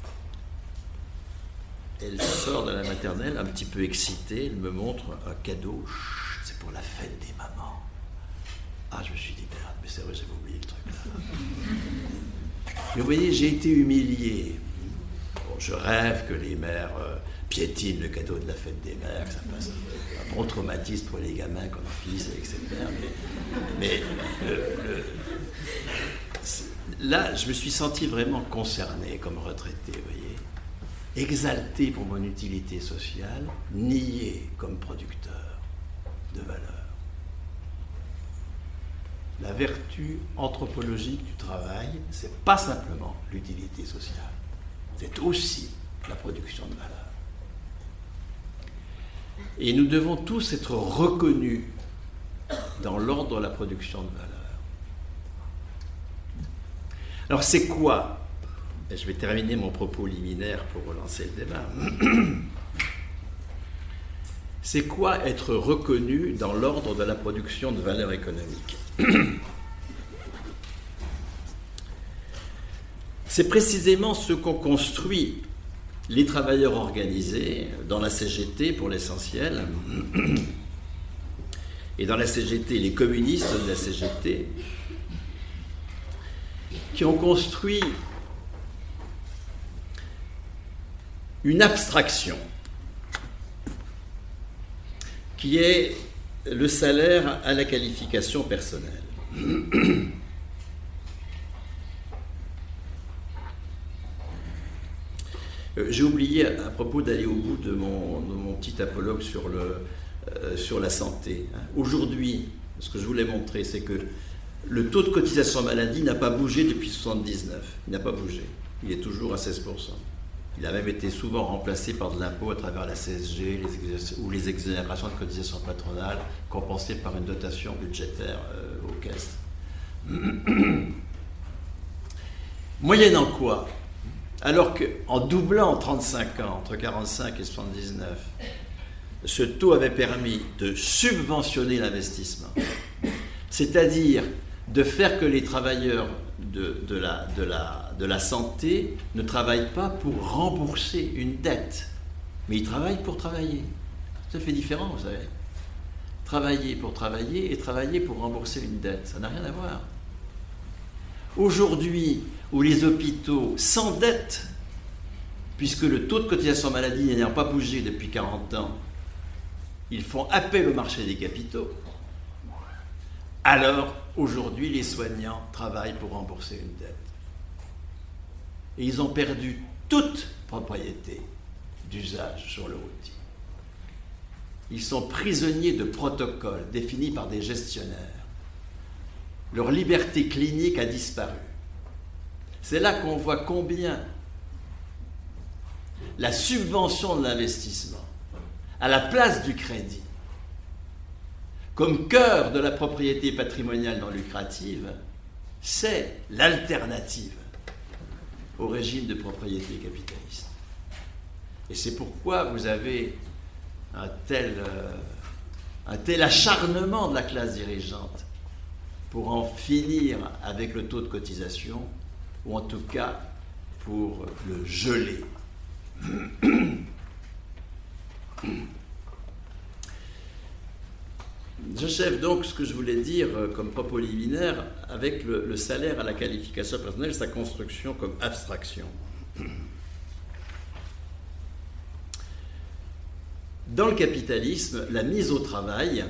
Elle sort de la maternelle un petit peu excitée, elle me montre un cadeau, chut, c'est pour la fête des mamans. Ah, je me suis dit, merde, mais c'est vrai, j'avais oublié le truc là. Mais vous voyez, j'ai été humilié. Bon, je rêve que les mères euh, piétinent le cadeau de la fête des mères, que ça passe un bon traumatisme pour les gamins qu'on en finisse avec cette mère. Mais, mais le, le, là, je me suis senti vraiment concerné comme retraité, vous voyez. Exalté pour mon utilité sociale, nié comme producteur de valeur. La vertu anthropologique du travail, c'est pas simplement l'utilité sociale. C'est aussi la production de valeur. Et nous devons tous être reconnus dans l'ordre de la production de valeur. Alors c'est quoi? Et je vais terminer mon propos liminaire pour relancer le débat. C'est quoi être reconnu dans l'ordre de la production de valeur économique? C'est précisément ce qu'ont construit les travailleurs organisés dans la C G T pour l'essentiel, et dans la C G T, les communistes de la C G T, qui ont construit une abstraction qui est le salaire à la qualification personnelle. J'ai oublié à propos d'aller au bout de mon, de mon petit apologue sur, le, euh, sur la santé. Aujourd'hui, ce que je voulais montrer, c'est que le taux de cotisation maladie n'a pas bougé depuis mille neuf cent soixante-dix-neuf. Il n'a pas bougé. Il est toujours à seize pour cent. Il a même été souvent remplacé par de l'impôt à travers la C S G les exé- ou les exonérations de cotisations patronales compensées par une dotation budgétaire euh, aux caisses. Moyennant quoi, alors qu'en doublant en trente-cinq ans, entre quarante-cinq et soixante-dix-neuf, ce taux avait permis de subventionner l'investissement, c'est-à-dire de faire que les travailleurs de, de, la, de, la, de la santé ne travaillent pas pour rembourser une dette, mais ils travaillent pour travailler. C'est tout à fait différent, vous savez. Travailler pour travailler et travailler pour rembourser une dette, ça n'a rien à voir. Aujourd'hui, où les hôpitaux s'endettent, puisque le taux de cotisation maladie n'ayant pas bougé depuis quarante ans, ils font appel au marché des capitaux, alors aujourd'hui les soignants travaillent pour rembourser une dette. Et ils ont perdu toute propriété d'usage sur le outil. Ils sont prisonniers de protocoles définis par des gestionnaires. Leur liberté clinique a disparu. C'est là qu'on voit combien la subvention de l'investissement, à la place du crédit, comme cœur de la propriété patrimoniale non lucrative, c'est l'alternative au régime de propriété capitaliste. Et c'est pourquoi vous avez un tel, euh, un tel acharnement de la classe dirigeante pour en finir avec le taux de cotisation, ou en tout cas pour le geler. J'achève donc ce que je voulais dire comme propos liminaire avec le, le salaire à la qualification personnelle, sa construction comme abstraction. Dans le capitalisme, la mise au travail,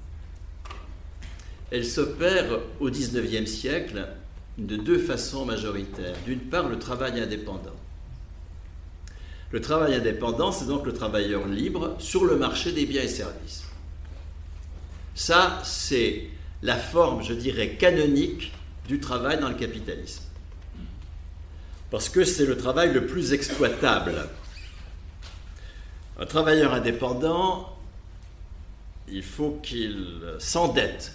elle s'opère au dix-neuvième siècle de deux façons majoritaires. D'une part, le travail indépendant. Le travail indépendant, c'est donc le travailleur libre sur le marché des biens et services. Ça, c'est la forme, je dirais, canonique du travail dans le capitalisme. Parce que c'est le travail le plus exploitable. Un travailleur indépendant, il faut qu'il s'endette.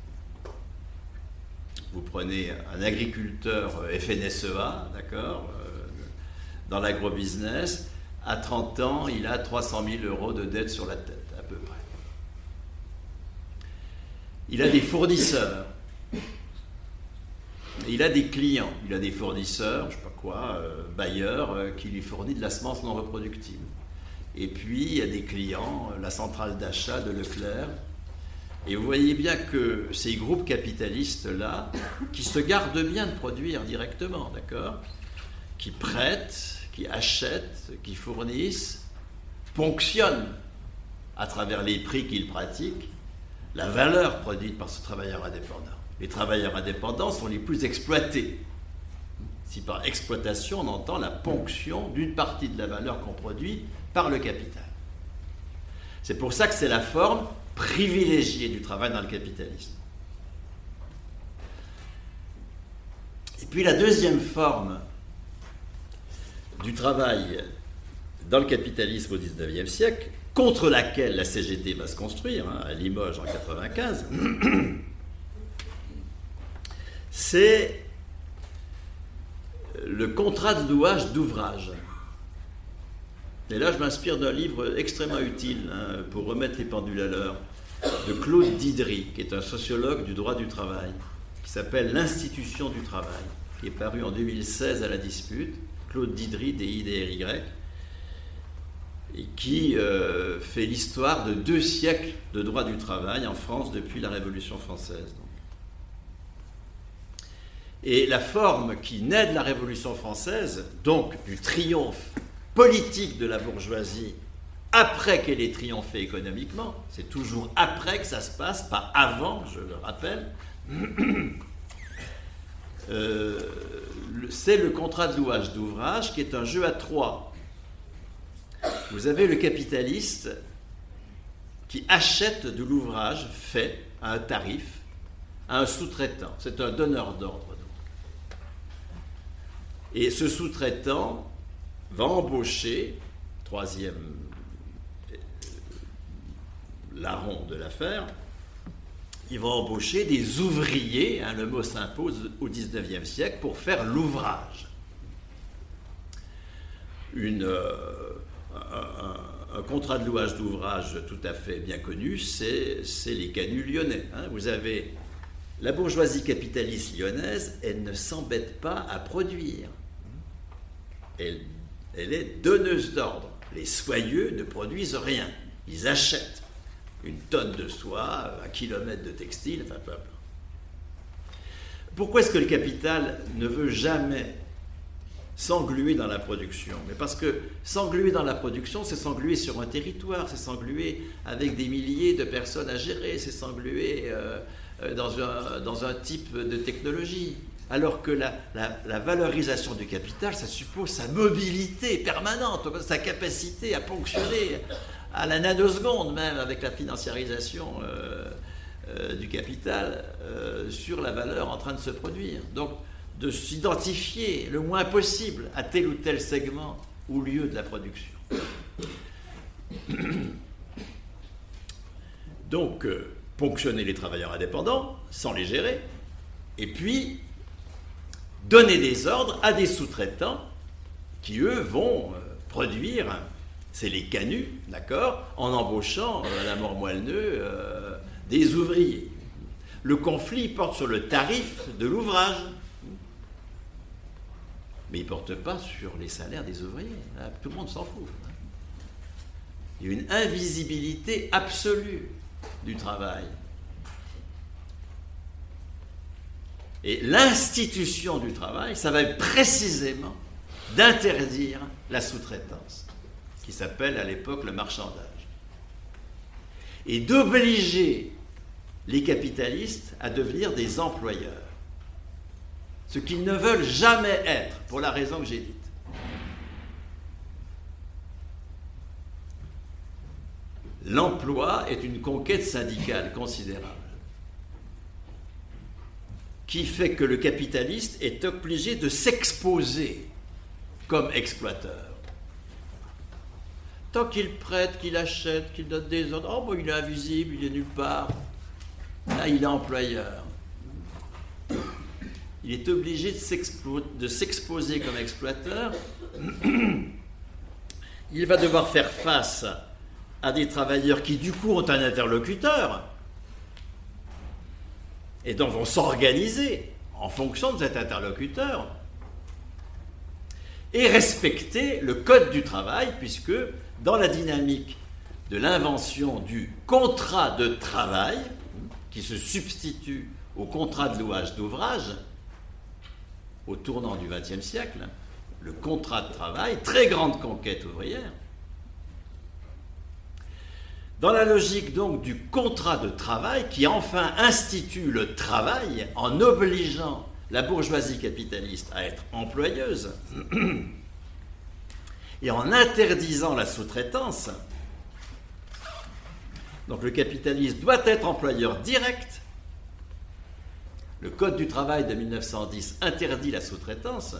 Vous prenez un agriculteur F N S E A, d'accord, euh, dans l'agrobusiness, à trente ans, il a trois cent mille euros de dette sur la tête, à peu près. Il a des fournisseurs, il a des clients, il a des fournisseurs, je ne sais pas quoi, euh, bailleurs, euh, qui lui fournit de la semence non reproductible. Et puis, il y a des clients, la centrale d'achat de Leclerc. Et vous voyez bien que ces groupes capitalistes-là, qui se gardent bien de produire directement, d'accord, qui prêtent, qui achètent, qui fournissent, ponctionnent à travers les prix qu'ils pratiquent la valeur produite par ce travailleur indépendant. Les travailleurs indépendants sont les plus exploités. Si par exploitation on entend la ponction d'une partie de la valeur qu'on produit par le capital. C'est pour ça que c'est la forme privilégiée du travail dans le capitalisme. Et puis la deuxième forme du travail dans le capitalisme au dix-neuvième siècle, contre laquelle la C G T va se construire, hein, à Limoges en quatre-vingt-quinze, c'est le contrat de louage d'ouvrage. Et là, je m'inspire d'un livre extrêmement utile, hein, pour remettre les pendules à l'heure, de Claude Didry, qui est un sociologue du droit du travail, qui s'appelle L'Institution du travail, qui est paru en deux mille seize à la Dispute. Claude Didry, D I D R Y, et qui euh, fait l'histoire de deux siècles de droit du travail en France depuis la Révolution française. Donc. Et la forme qui naît de la Révolution française, donc du triomphe politique de la bourgeoisie, après qu'elle ait triomphé économiquement, c'est toujours après que ça se passe, pas avant, je le rappelle, euh, c'est le contrat de louage d'ouvrage qui est un jeu à trois. Vous avez le capitaliste qui achète de l'ouvrage fait à un tarif à un sous-traitant. C'est un donneur d'ordre. Donc. Et ce sous-traitant va embaucher, troisième larron de l'affaire, il va embaucher des ouvriers, hein, le mot s'impose au dix-neuvième siècle, pour faire l'ouvrage. Une, euh, un, un contrat de louage d'ouvrage tout à fait bien connu, c'est, c'est les canuts lyonnais. Hein. Vous avez la bourgeoisie capitaliste lyonnaise, elle ne s'embête pas à produire. Elle, elle est donneuse d'ordre. Les soyeux ne produisent rien. Ils achètent une tonne de soie, un kilomètre de textile, enfin peu importe. Pourquoi est-ce que le capital ne veut jamais s'engluer dans la production? Mais parce que s'engluer dans la production, c'est s'engluer sur un territoire, c'est s'engluer avec des milliers de personnes à gérer, c'est s'engluer euh, dans, un, dans un type de technologie. Alors que la, la, la valorisation du capital, ça suppose sa mobilité permanente, sa capacité à ponctionner à la nanoseconde même avec la financiarisation euh, euh, du capital euh, sur la valeur en train de se produire. Donc de s'identifier le moins possible à tel ou tel segment ou lieu de la production. Donc euh, ponctionner les travailleurs indépendants sans les gérer, et puis donner des ordres à des sous-traitants qui, eux, vont euh, produire, c'est les canuts, d'accord, en embauchant euh, à la mort moelleux euh, des ouvriers. Le conflit porte sur le tarif de l'ouvrage, mais il ne porte pas sur les salaires des ouvriers. Là, tout le monde s'en fout. Hein. Il y a une invisibilité absolue du travail. Et l'institution du travail, ça va être précisément d'interdire la sous-traitance, qui s'appelle à l'époque le marchandage, et d'obliger les capitalistes à devenir des employeurs, ce qu'ils ne veulent jamais être, pour la raison que j'ai dite. L'emploi est une conquête syndicale considérable, qui fait que le capitaliste est obligé de s'exposer comme exploiteur. Tant qu'il prête, qu'il achète, qu'il donne des ordres, oh, bon, il est invisible, il est nulle part. Là, il est employeur. Il est obligé de, s'expo- de s'exposer comme exploiteur. Il va devoir faire face à des travailleurs qui, du coup, ont un interlocuteur, et donc vont s'organiser en fonction de cet interlocuteur et respecter le code du travail, puisque dans la dynamique de l'invention du contrat de travail, qui se substitue au contrat de louage d'ouvrage, au tournant du vingtième siècle, le contrat de travail, très grande conquête ouvrière. Dans la logique donc du contrat de travail qui enfin institue le travail en obligeant la bourgeoisie capitaliste à être employeuse et en interdisant la sous-traitance, donc le capitaliste doit être employeur direct. Le Code du travail de mille neuf cent dix interdit la sous-traitance.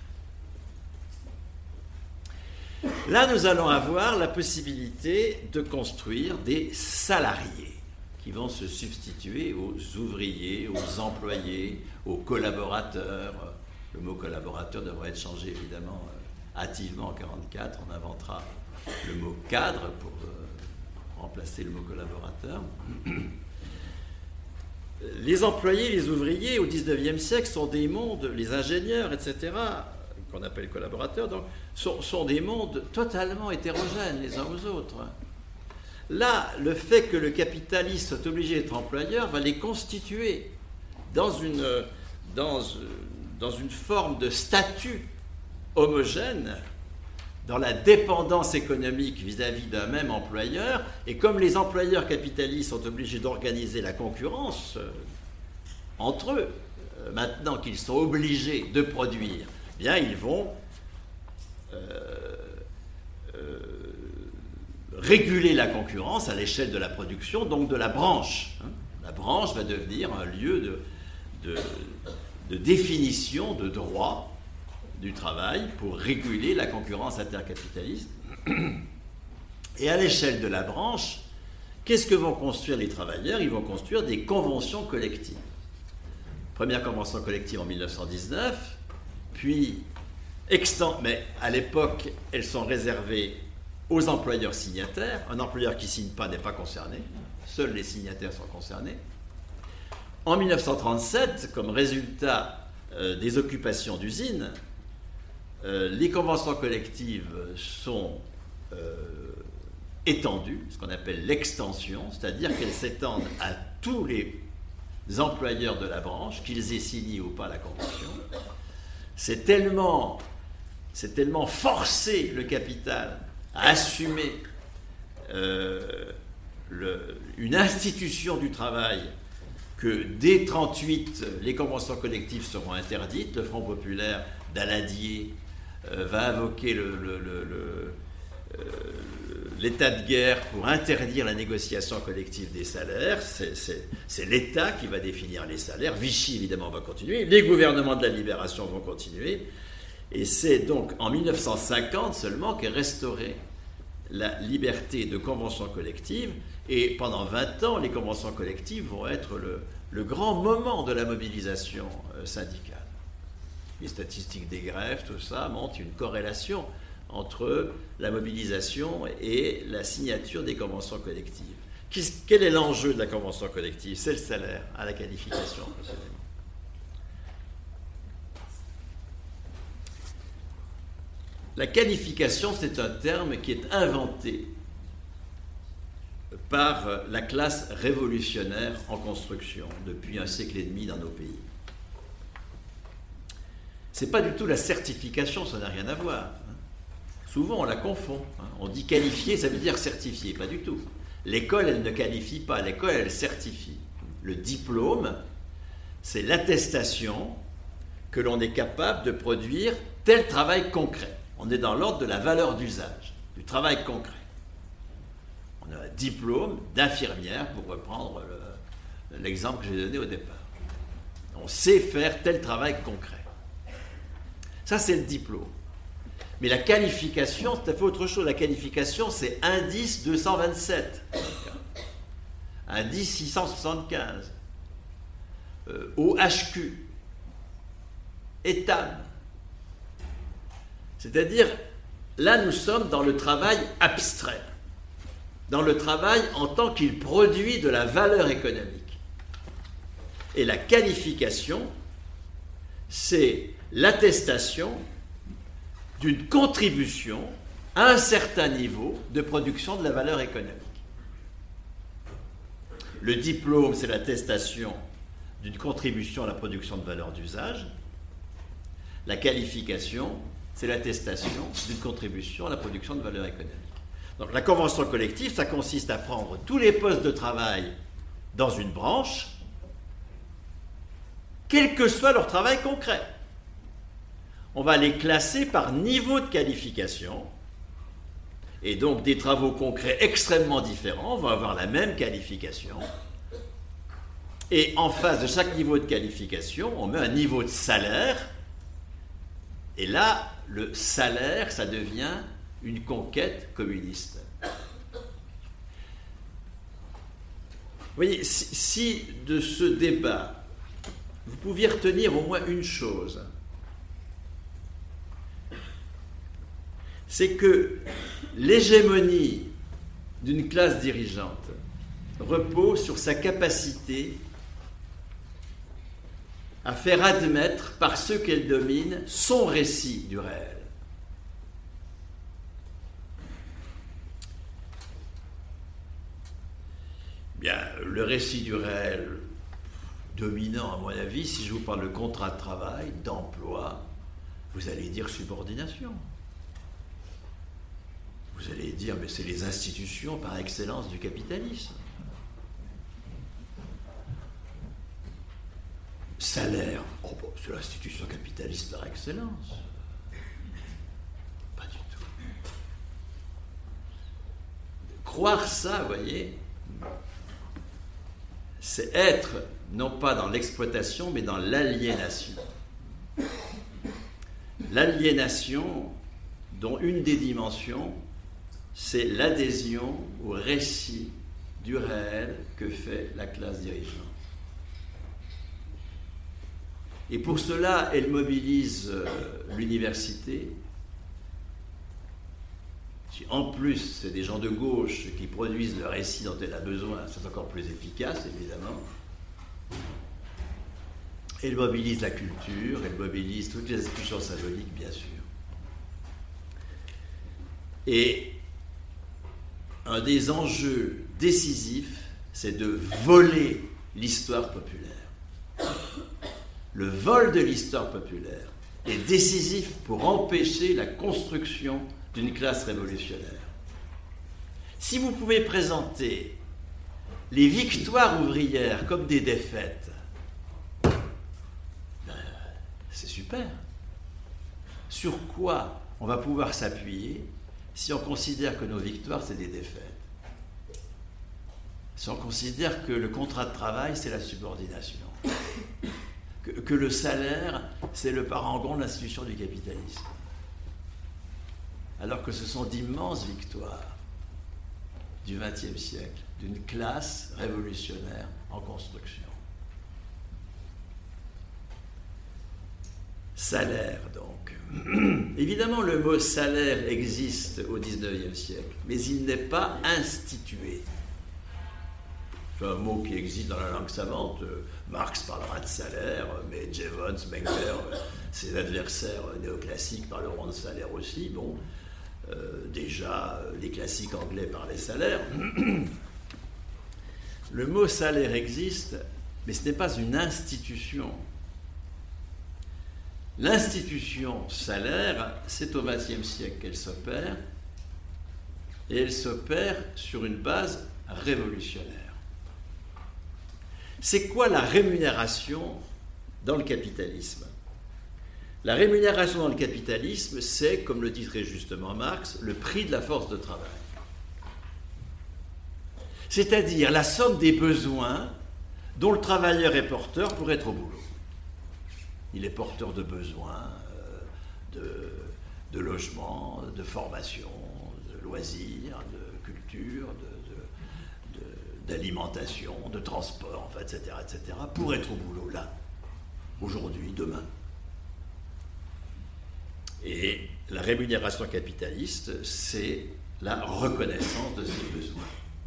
Là, nous allons avoir la possibilité de construire des salariés qui vont se substituer aux ouvriers, aux employés, aux collaborateurs. Le mot collaborateur devrait être changé évidemment hâtivement en mille neuf cent quarante-quatre. On inventera le mot cadre pour euh, remplacer le mot collaborateur. Les employés, les ouvriers au dix-neuvième siècle sont des mondes, les ingénieurs, et cetera, qu'on appelle collaborateurs, donc, sont, sont des mondes totalement hétérogènes les uns aux autres. Là, le fait que le capitaliste soit obligé d'être employeur va les constituer dans une, dans, dans une forme de statut homogène, dans la dépendance économique vis-à-vis d'un même employeur, et comme les employeurs capitalistes sont obligés d'organiser la concurrence euh, entre eux, euh, maintenant qu'ils sont obligés de produire, eh bien ils vont euh, euh, réguler la concurrence à l'échelle de la production, donc de la branche. Hein. La branche va devenir un lieu de, de, de définition de droit du travail pour réguler la concurrence intercapitaliste. Et à l'échelle de la branche, qu'est-ce que vont construire les travailleurs? Ils vont construire des conventions collectives. Première convention collective en mille neuf cent dix-neuf, puis, extend, mais à l'époque, elles sont réservées aux employeurs signataires. Un employeur qui ne signe pas n'est pas concerné. Seuls les signataires sont concernés. En mille neuf cent trente-sept, comme résultat euh, des occupations d'usines, Euh, les conventions collectives sont euh, étendues, ce qu'on appelle l'extension, c'est-à-dire qu'elles s'étendent à tous les employeurs de la branche, qu'ils aient signé ou pas la convention. C'est tellement, c'est tellement forcer le capital à assumer euh, le, une institution du travail que dès trente-huit, les conventions collectives seront interdites. Le Front populaire d'Aladier Euh, va invoquer le, le, le, le, euh, l'état de guerre pour interdire la négociation collective des salaires. C'est, c'est, c'est l'État qui va définir les salaires. Vichy, évidemment, va continuer. Les gouvernements de la Libération vont continuer. Et c'est donc en mille neuf cent cinquante seulement qu'est restaurée la liberté de convention collective. Et pendant vingt ans, les conventions collectives vont être le, le grand moment de la mobilisation euh, syndicale. Les statistiques des grèves, tout ça, montrent une corrélation entre la mobilisation et la signature des conventions collectives. Quel est l'enjeu de la convention collective? C'est le salaire à la qualification. La qualification, c'est un terme qui est inventé par la classe révolutionnaire en construction depuis un siècle et demi dans nos pays. Ce n'est pas du tout la certification, ça n'a rien à voir. Souvent, on la confond. On dit qualifié, ça veut dire certifié. Pas du tout. L'école, elle ne qualifie pas. L'école, elle certifie. Le diplôme, c'est l'attestation que l'on est capable de produire tel travail concret. On est dans l'ordre de la valeur d'usage, du travail concret. On a un diplôme d'infirmière, pour reprendre le, l'exemple que j'ai donné au départ. On sait faire tel travail concret. Ça, c'est le diplôme. Mais la qualification, c'est tout à fait autre chose. La qualification, c'est indice deux cent vingt-sept, indice six cent soixante-quinze, euh, O H Q, E T A M. C'est-à-dire, là, nous sommes dans le travail abstrait, dans le travail en tant qu'il produit de la valeur économique. Et la qualification, c'est l'attestation d'une contribution à un certain niveau de production de la valeur économique. Le diplôme, c'est l'attestation d'une contribution à la production de valeur d'usage. La qualification, c'est l'attestation d'une contribution à la production de valeur économique. Donc la convention collective, ça consiste à prendre tous les postes de travail dans une branche, quel que soit leur travail concret. On va les classer par niveau de qualification, et donc des travaux concrets extrêmement différents vont avoir la même qualification, et en face de chaque niveau de qualification, on met un niveau de salaire, et là, le salaire, ça devient une conquête communiste. Vous voyez, si, si de ce débat, vous pouviez retenir au moins une chose, c'est que l'hégémonie d'une classe dirigeante repose sur sa capacité à faire admettre par ceux qu'elle domine son récit du réel. Bien, le récit du réel dominant, à mon avis, si je vous parle de contrat de travail, d'emploi, vous allez dire subordination. Vous allez dire, mais c'est les institutions par excellence du capitalisme. Salaire, oh bon, c'est l'institution capitaliste par excellence. Pas du tout. Croire ça, vous voyez, c'est être non pas dans l'exploitation, mais dans l'aliénation. L'aliénation, dont une des dimensions, c'est l'adhésion au récit du réel que fait la classe dirigeante. Et pour cela, elle mobilise euh, l'université. Si en plus, c'est des gens de gauche qui produisent le récit dont elle a besoin, c'est encore plus efficace, évidemment. Elle mobilise la culture, elle mobilise toutes les institutions symboliques, bien sûr. Et un des enjeux décisifs, c'est de voler l'histoire populaire. Le vol de l'histoire populaire est décisif pour empêcher la construction d'une classe révolutionnaire. Si vous pouvez présenter les victoires ouvrières comme des défaites, ben, c'est super. Sur quoi on va pouvoir s'appuyer si on considère que nos victoires, c'est des défaites? Si on considère que le contrat de travail, c'est la subordination, que, que le salaire, c'est le parangon de l'institution du capitalisme, alors que ce sont d'immenses victoires du vingtième siècle, d'une classe révolutionnaire en construction. Salaire, donc. Évidemment, le mot salaire existe au dix-neuvième siècle, mais il n'est pas institué. C'est un mot qui existe dans la langue savante. Marx parlera de salaire, mais Jevons, Menger, ses adversaires néoclassiques parleront de salaire aussi. Bon, euh, déjà, les classiques anglais parlaient salaire. Le mot salaire existe, mais ce n'est pas une institution. L'institution salaire, c'est au vingtième siècle qu'elle s'opère, et elle s'opère sur une base révolutionnaire. C'est quoi la rémunération dans le capitalisme? La rémunération dans le capitalisme, c'est, comme le dit très justement Marx, le prix de la force de travail. C'est-à-dire la somme des besoins dont le travailleur est porteur pour être au boulot. Il est porteur de besoins, de, de logement, de formation, de loisirs, de culture, de, de, de, d'alimentation, de transport, enfin, et cetera, et cetera, pour être au boulot, là, aujourd'hui, demain. Et la rémunération capitaliste, c'est la reconnaissance de ces besoins.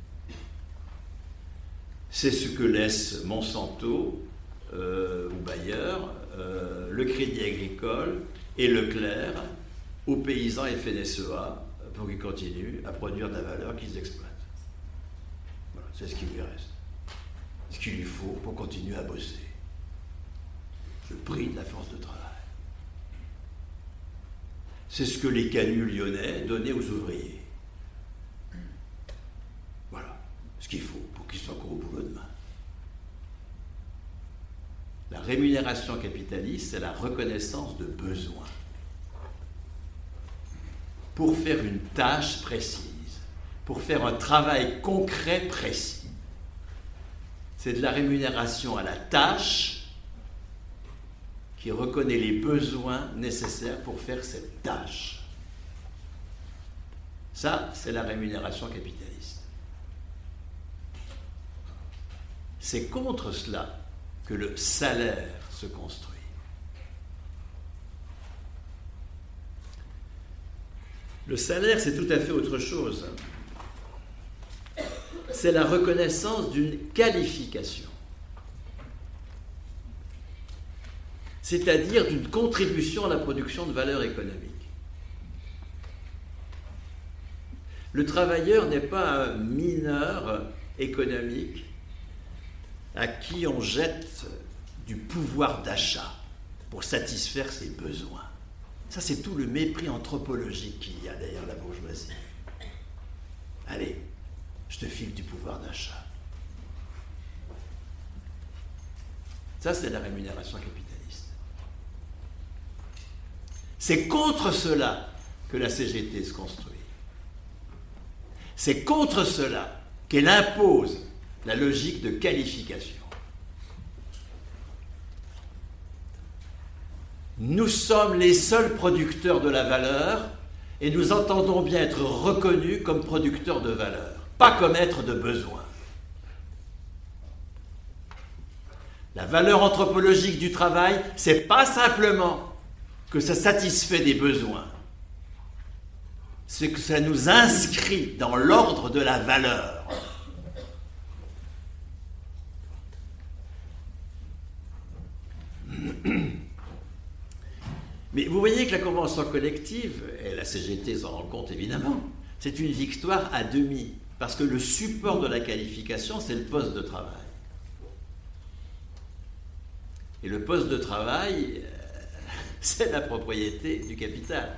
C'est ce que laisse Monsanto euh, ou Bayer, euh, le Crédit Agricole et Leclerc aux paysans F N S E A pour qu'ils continuent à produire de la valeur qu'ils exploitent. Voilà, c'est ce qui lui reste. Ce qu'il lui faut pour continuer à bosser. Le prix de la force de travail. C'est ce que les canuts lyonnais donnaient aux ouvriers. Voilà, ce qu'il faut pour qu'ils soient encore au boulot demain. La rémunération capitaliste, c'est la reconnaissance de besoins. Pour faire une tâche précise, pour faire un travail concret précis. C'est de la rémunération à la tâche qui reconnaît les besoins nécessaires pour faire cette tâche. Ça, c'est la rémunération capitaliste. C'est contre cela que le salaire se construit. Le salaire, c'est tout à fait autre chose. C'est la reconnaissance d'une qualification. C'est-à-dire d'une contribution à la production de valeur économique. Le travailleur n'est pas un mineur économique à qui on jette du pouvoir d'achat pour satisfaire ses besoins. Ça, c'est tout le mépris anthropologique qu'il y a derrière la bourgeoisie. Allez, je te file du pouvoir d'achat. Ça, c'est la rémunération capitaliste. C'est contre cela que la C G T se construit. C'est contre cela qu'elle impose la logique de qualification. Nous sommes les seuls producteurs de la valeur et nous entendons bien être reconnus comme producteurs de valeur, pas comme êtres de besoin. La valeur anthropologique du travail, c'est pas simplement que ça satisfait des besoins, c'est que ça nous inscrit dans l'ordre de la valeur. Mais vous voyez que la convention collective, et la C G T s'en rend compte évidemment, c'est une victoire à demi, parce que le support de la qualification, c'est le poste de travail. Et le poste de travail, c'est la propriété du capital.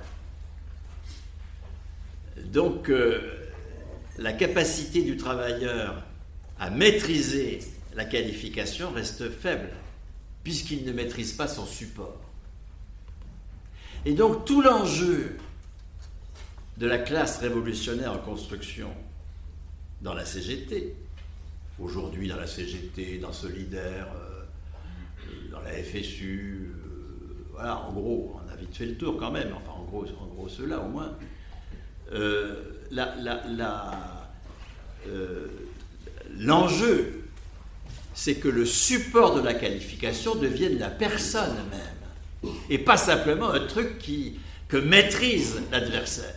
Donc, euh, la capacité du travailleur à maîtriser la qualification reste faible, puisqu'il ne maîtrise pas son support. Et donc, tout l'enjeu de la classe révolutionnaire en construction dans la C G T, aujourd'hui dans la C G T, dans Solidaire, euh, dans la F S U, euh, voilà, en gros, on a vite fait le tour quand même, enfin, en gros, en gros ceux-là au moins, euh, la, la, la, euh, l'enjeu, c'est que le support de la qualification devienne la personne même, et pas simplement un truc qui, que maîtrise l'adversaire.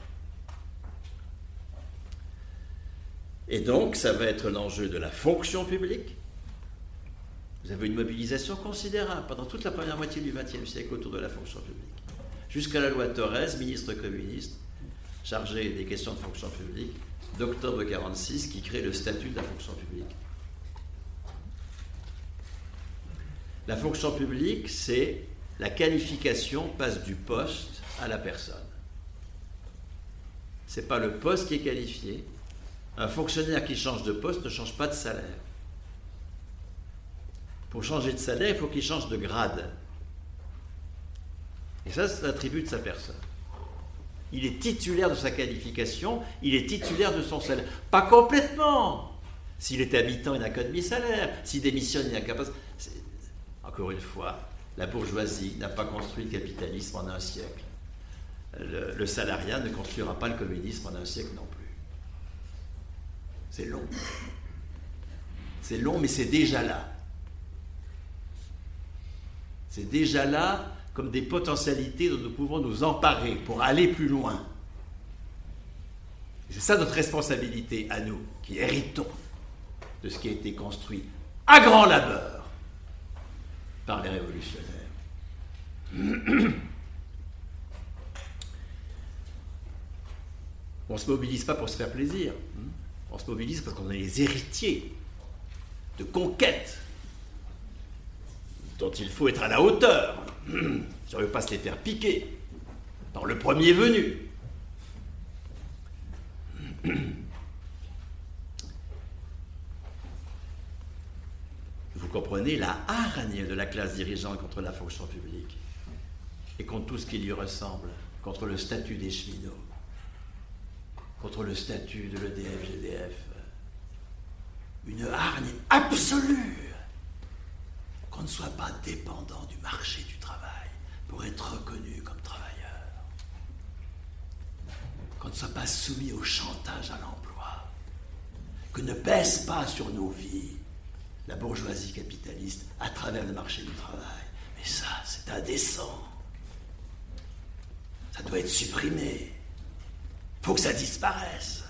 Et donc, ça va être l'enjeu de la fonction publique. Vous avez une mobilisation considérable pendant toute la première moitié du vingtième siècle autour de la fonction publique. Jusqu'à la loi Torres, ministre communiste, chargé des questions de fonction publique, d'octobre mille neuf cent quarante-six, qui crée le statut de la fonction publique. La fonction publique, c'est la qualification passe du poste à la personne. Ce n'est pas le poste qui est qualifié. Un fonctionnaire qui change de poste ne change pas de salaire. Pour changer de salaire, il faut qu'il change de grade. Et ça, c'est l'attribut de sa personne. Il est titulaire de sa qualification, il est titulaire de son salaire. Pas complètement. S'il est habitant, il n'a qu'un demi-salaire. S'il démissionne, il n'a qu'un... Encore une fois, la bourgeoisie n'a pas construit le capitalisme en un siècle. Le, le salariat ne construira pas le communisme en un siècle non plus. C'est long. C'est long, mais c'est déjà là. C'est déjà là comme des potentialités dont nous pouvons nous emparer pour aller plus loin. C'est ça notre responsabilité à nous, qui héritons de ce qui a été construit à grand labeur par les révolutionnaires. On ne se mobilise pas pour se faire plaisir. On se mobilise parce qu'on est les héritiers de conquêtes dont il faut être à la hauteur. Si on ne veut pas se les faire piquer par le premier venu. Vous comprenez la hargne de la classe dirigeante contre la fonction publique et contre tout ce qui lui ressemble, contre le statut des cheminots, contre le statut de l'E D F G D F. Une hargne absolue qu'on ne soit pas dépendant du marché du travail pour être reconnu comme travailleur, qu'on ne soit pas soumis au chantage à l'emploi, que ne pèse pas sur nos vies la bourgeoisie capitaliste à travers le marché du travail. Mais ça, c'est indécent. Ça doit être supprimé. Il faut que ça disparaisse.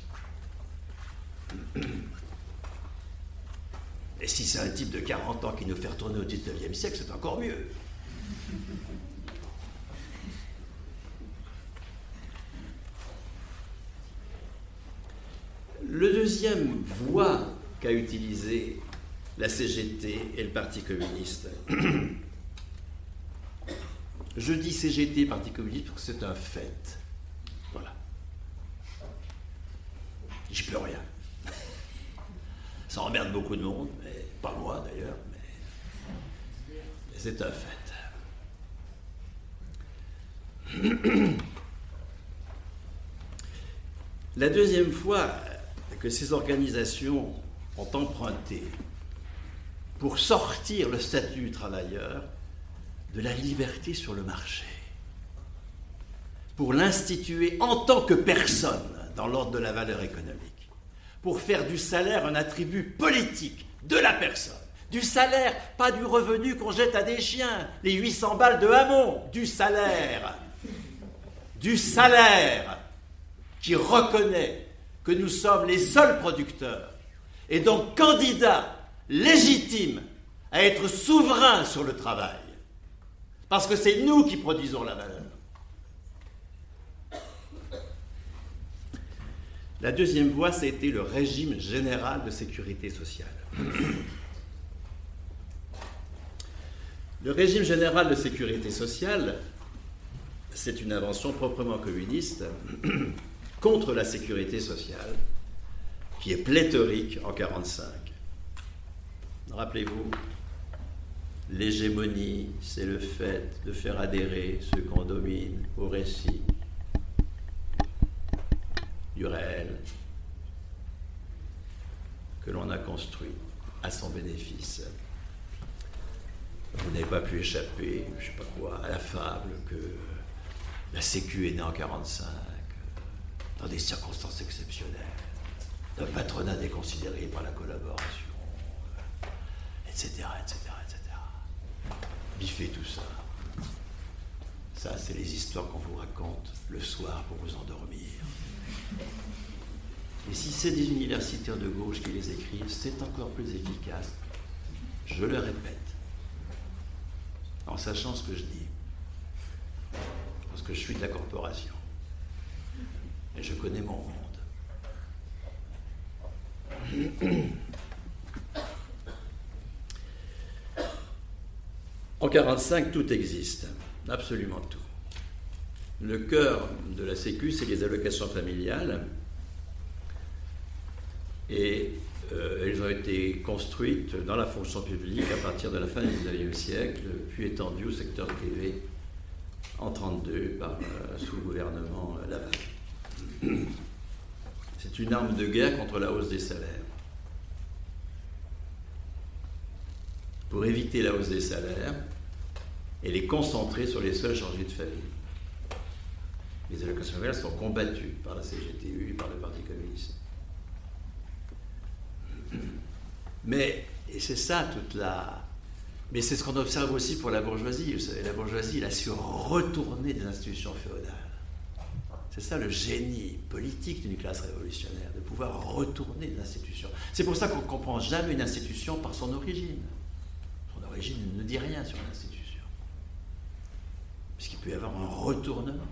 Et si c'est un type de quarante ans qui nous fait retourner au dix-neuvième siècle, c'est encore mieux. Le deuxième voie qu'a utilisé la C G T et le Parti communiste. Je dis C G T, Parti communiste, parce que c'est un fait. Voilà. J'y peux rien. Ça emmerde beaucoup de monde, mais pas moi d'ailleurs, mais, mais c'est un fait. La deuxième fois que ces organisations ont emprunté pour sortir le statut du travailleur de la liberté sur le marché, pour l'instituer en tant que personne dans l'ordre de la valeur économique, pour faire du salaire un attribut politique de la personne, du salaire, pas du revenu qu'on jette à des chiens, les huit cents balles de Hamon, du salaire, du salaire qui reconnaît que nous sommes les seuls producteurs et donc candidats légitimes à être souverains sur le travail, parce que c'est nous qui produisons la valeur. La deuxième voie, c'était le régime général de sécurité sociale. Le régime général de sécurité sociale, c'est une invention proprement communiste contre la sécurité sociale, qui est pléthorique en mille neuf cent quarante-cinq. Rappelez-vous, l'hégémonie, c'est le fait de faire adhérer ceux qu'on domine au récit du réel que l'on a construit à son bénéfice. Vous n'avez pas pu échapper, je ne sais pas quoi, à la fable que la Sécu est née en mille neuf cent quarante-cinq, dans des circonstances exceptionnelles, d'un patronat déconsidéré par la collaboration, et cetera, et cetera, et cetera. Biffez tout ça. Ça, c'est les histoires qu'on vous raconte le soir pour vous endormir. Et si c'est des universitaires de gauche qui les écrivent, c'est encore plus efficace. Je le répète, en sachant ce que je dis, parce que je suis de la corporation et je connais mon monde. En mille neuf cent quarante-cinq, tout existe, absolument tout. Le cœur de la Sécu, c'est les allocations familiales, et euh, elles ont été construites dans la fonction publique à partir de la fin du dix-neuvième siècle, puis étendues au secteur privé en mille neuf cent trente-deux par, euh, sous le gouvernement euh, Laval. C'est une arme de guerre contre la hausse des salaires. Pour éviter la hausse des salaires et les concentrer sur les seuls chargés de famille. Les allocations familiales sont combattues par la C G T U et par le Parti communiste. Mais, et c'est ça toute la... Mais c'est ce qu'on observe aussi pour la bourgeoisie. Vous savez, la bourgeoisie, elle a su retourner des institutions féodales. C'est ça le génie politique d'une classe révolutionnaire, de pouvoir retourner des institutions. C'est pour ça qu'on ne comprend jamais une institution par son origine. Son origine ne dit rien sur l'institution. Puisqu'il peut y avoir un retournement.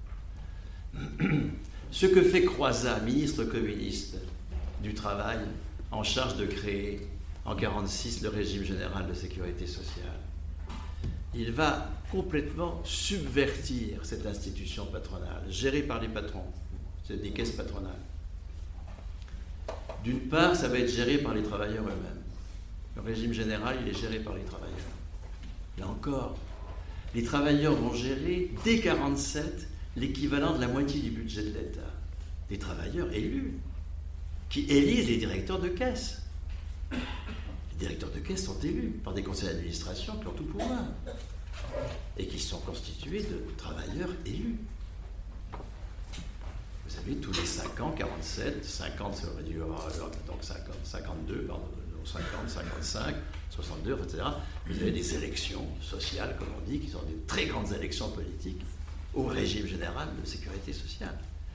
Ce que fait Croizat, ministre communiste du Travail, en charge de créer en mille neuf cent quarante-six le régime général de sécurité sociale, il va complètement subvertir cette institution patronale, gérée par les patrons, c'est des caisses patronales. D'une part, ça va être géré par les travailleurs eux-mêmes. Le régime général, il est géré par les travailleurs. Là encore, les travailleurs vont gérer, dès mille neuf cent quarante-sept, l'équivalent de la moitié du budget de l'État. Des travailleurs élus, qui élisent les directeurs de caisse. Les directeurs de caisse sont élus par des conseils d'administration qui ont tout pouvoir et qui sont constitués de travailleurs élus. Vous savez, tous les cinq ans, quarante-sept, cinquante, ça aurait dû avoir, donc cinquante, cinquante-deux, pardon, cinquante, cinquante-cinq, soixante-deux, et cetera. Vous avez des élections sociales, comme on dit, qui sont des très grandes élections politiques au régime général de sécurité sociale.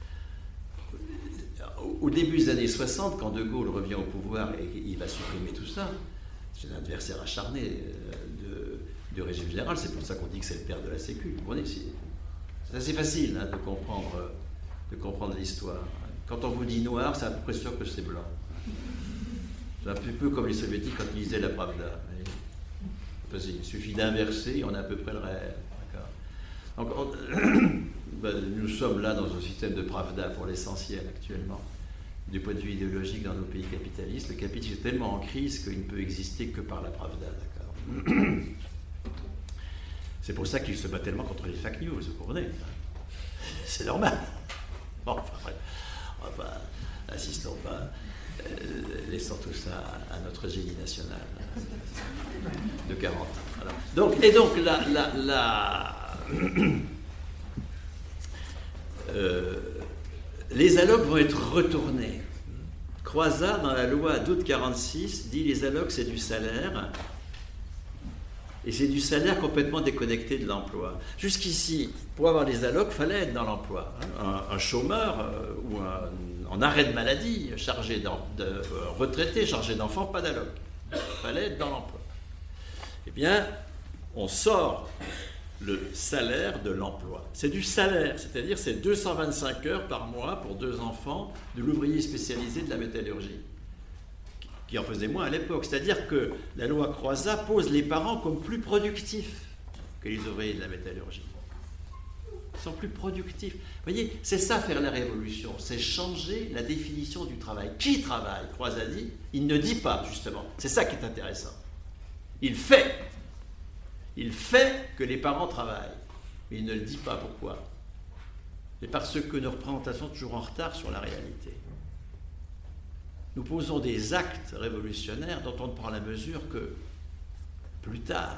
Au début des années soixante, quand De Gaulle revient au pouvoir et il va supprimer tout ça, c'est un adversaire acharné de, du régime général, c'est pour ça qu'on dit que c'est le père de la Sécu. Vous voyez, c'est assez facile hein, de comprendre, de comprendre l'histoire. Quand on vous dit noir, c'est à peu près sûr que c'est blanc. C'est un petit peu comme les soviétiques quand ils lisaient la Pravda. Il suffit d'inverser et on a à peu près le réel. Donc, on, ben, nous sommes là dans un système de Pravda pour l'essentiel actuellement. Du point de vue idéologique dans nos pays capitalistes, le capitalisme est tellement en crise qu'il ne peut exister que par la Pravda. D'accord. C'est pour ça qu'il se bat tellement contre les fake news, vous comprenez? C'est normal. Bon, enfin, bref. Enfin, assistons pas. Euh, laissons tout ça à notre génie national de quarante ans. Voilà. Donc, et donc, la, la, la euh, les allocs vont être retournés. Croizat, dans la loi d'août quarante-six, dit les allocs, c'est du salaire. Et c'est du salaire complètement déconnecté de l'emploi. Jusqu'ici, pour avoir des allocs, il fallait être dans l'emploi. Un, un chômeur euh, ou un, en arrêt de maladie, chargé de, euh, retraité, chargé d'enfants, pas d'alloc. Il fallait être dans l'emploi. Eh bien, on sort le salaire de l'emploi. C'est du salaire, c'est-à-dire c'est deux cent vingt-cinq heures par mois pour deux enfants de l'ouvrier spécialisé de la métallurgie, qui en faisait moins à l'époque. C'est-à-dire que la loi Croizat pose les parents comme plus productifs que les ouvriers de la métallurgie. Ils sont plus productifs. Vous voyez, c'est ça faire la révolution, c'est changer la définition du travail. Qui travaille? Croizat dit, il ne dit pas, justement. C'est ça qui est intéressant. Il fait. Il fait que les parents travaillent. Mais il ne le dit pas. Pourquoi? C'est parce que nos représentations sont toujours en retard sur la réalité. Nous posons des actes révolutionnaires dont on ne prend la mesure que plus tard.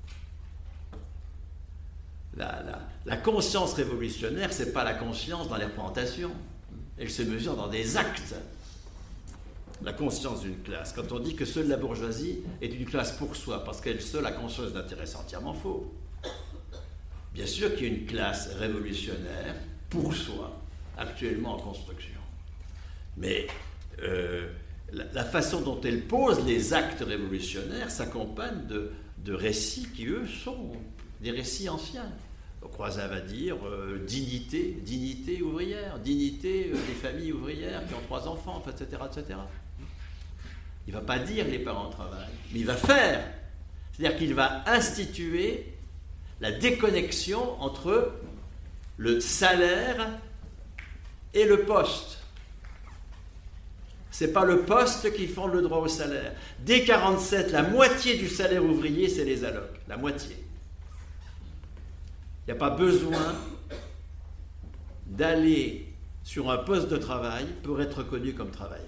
La, la, la conscience révolutionnaire, ce n'est pas la conscience dans les représentations. Elle se mesure dans des actes. La conscience d'une classe. Quand on dit que seule la bourgeoisie est une classe pour soi, parce qu'elle seule a conscience d'intérêt, c'est entièrement faux. Bien sûr qu'il y a une classe révolutionnaire pour soi, actuellement en construction. Mais euh, la, la façon dont elle pose les actes révolutionnaires s'accompagne de, de récits qui, eux, sont des récits anciens. Croizat va dire euh, dignité, dignité ouvrière, dignité euh, des familles ouvrières qui ont trois enfants, et cetera, et cetera. Il ne va pas dire les parents travaillent, mais il va faire. C'est-à-dire qu'il va instituer la déconnexion entre le salaire et le poste. Ce n'est pas le poste qui fonde le droit au salaire. Dès mille neuf cent quarante-sept, la moitié du salaire ouvrier, c'est les allocs. La moitié. Il n'y a pas besoin d'aller sur un poste de travail pour être reconnu comme travailleur.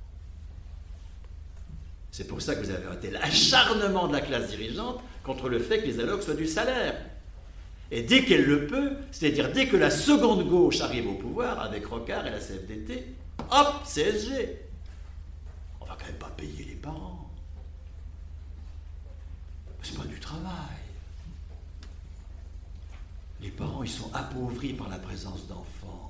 C'est pour ça que vous avez été l'acharnement de la classe dirigeante contre le fait que les allocs soient du salaire. Et dès qu'elle le peut, c'est-à-dire dès que la seconde gauche arrive au pouvoir, avec Rocard et la C F D T, hop, C S G. On va quand même pas payer les parents. C'est pas du travail. Les parents, ils sont appauvris par la présence d'enfants.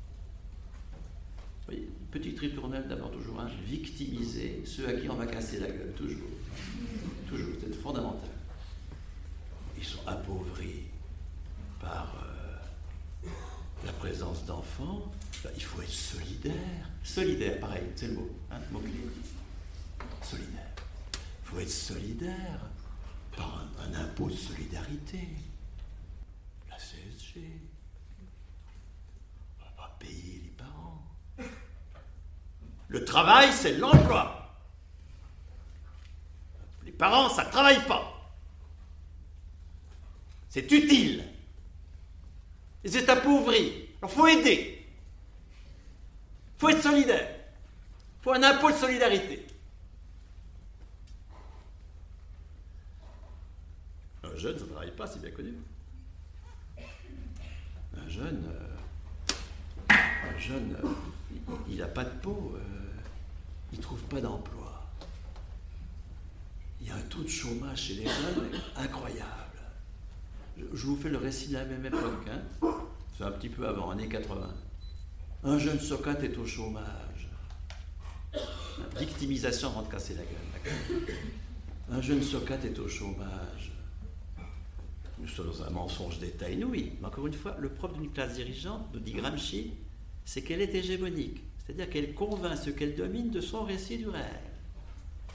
Vous voyez, petite ritournelle d'abord toujours, hein, victimiser ceux à qui on va casser la gueule, toujours. Toujours, c'est fondamental. Ils sont appauvris par euh, la présence d'enfants. Ben, il faut être solidaire. Solidaire, pareil, c'est le mot, hein, mot clé. Solidaire. Il faut être solidaire par un, un impôt de solidarité. La C S G. On ne va pas payer les parents. Le travail, c'est l'emploi. Les parents, ça ne travaille pas. C'est utile. Et c'est appauvri. Alors, il faut aider. Il faut être solidaire. Il faut un impôt de solidarité. Un jeune, ça ne travaille pas, c'est bien connu. Un jeune, euh, un jeune, euh, il n'a pas de peau, euh, il ne trouve pas d'emploi. Il y a un taux de chômage chez les jeunes incroyable. Je, je vous fais le récit de la même époque, hein. C'est un petit peu avant, années quatre-vingts. Un jeune sur quatre est au chômage. Victimisation avant de casser la gueule. D'accord. Un jeune sur quatre est au chômage. Nous sommes dans un mensonge d'État inouï. Mais encore une fois, le propre d'une classe dirigeante, nous dit Gramsci, c'est qu'elle est hégémonique. C'est-à-dire qu'elle convainc ce qu'elle domine de son récit du réel.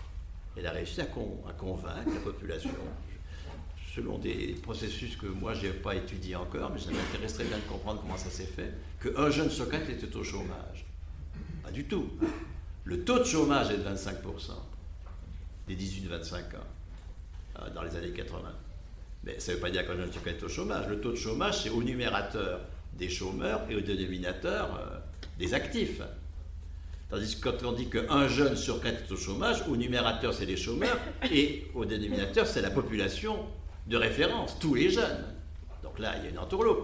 Elle a réussi à, con, à convaincre la population, selon des processus que moi je n'ai pas étudiés encore, mais ça m'intéresserait bien de comprendre comment ça s'est fait, qu'un jeune sur quatre était au chômage. Pas du tout. Le taux de chômage est de vingt-cinq pour cent des dix-huit vingt-cinq ans dans les années quatre-vingts. Mais ça ne veut pas dire qu'un jeune sur quatre est au chômage. Le taux de chômage, c'est au numérateur des chômeurs et au dénominateur euh, des actifs. Tandis que quand on dit qu'un jeune sur quatre est au chômage, au numérateur, c'est les chômeurs, et au dénominateur, c'est la population de référence, tous les jeunes. Donc là, il y a une entourloupe.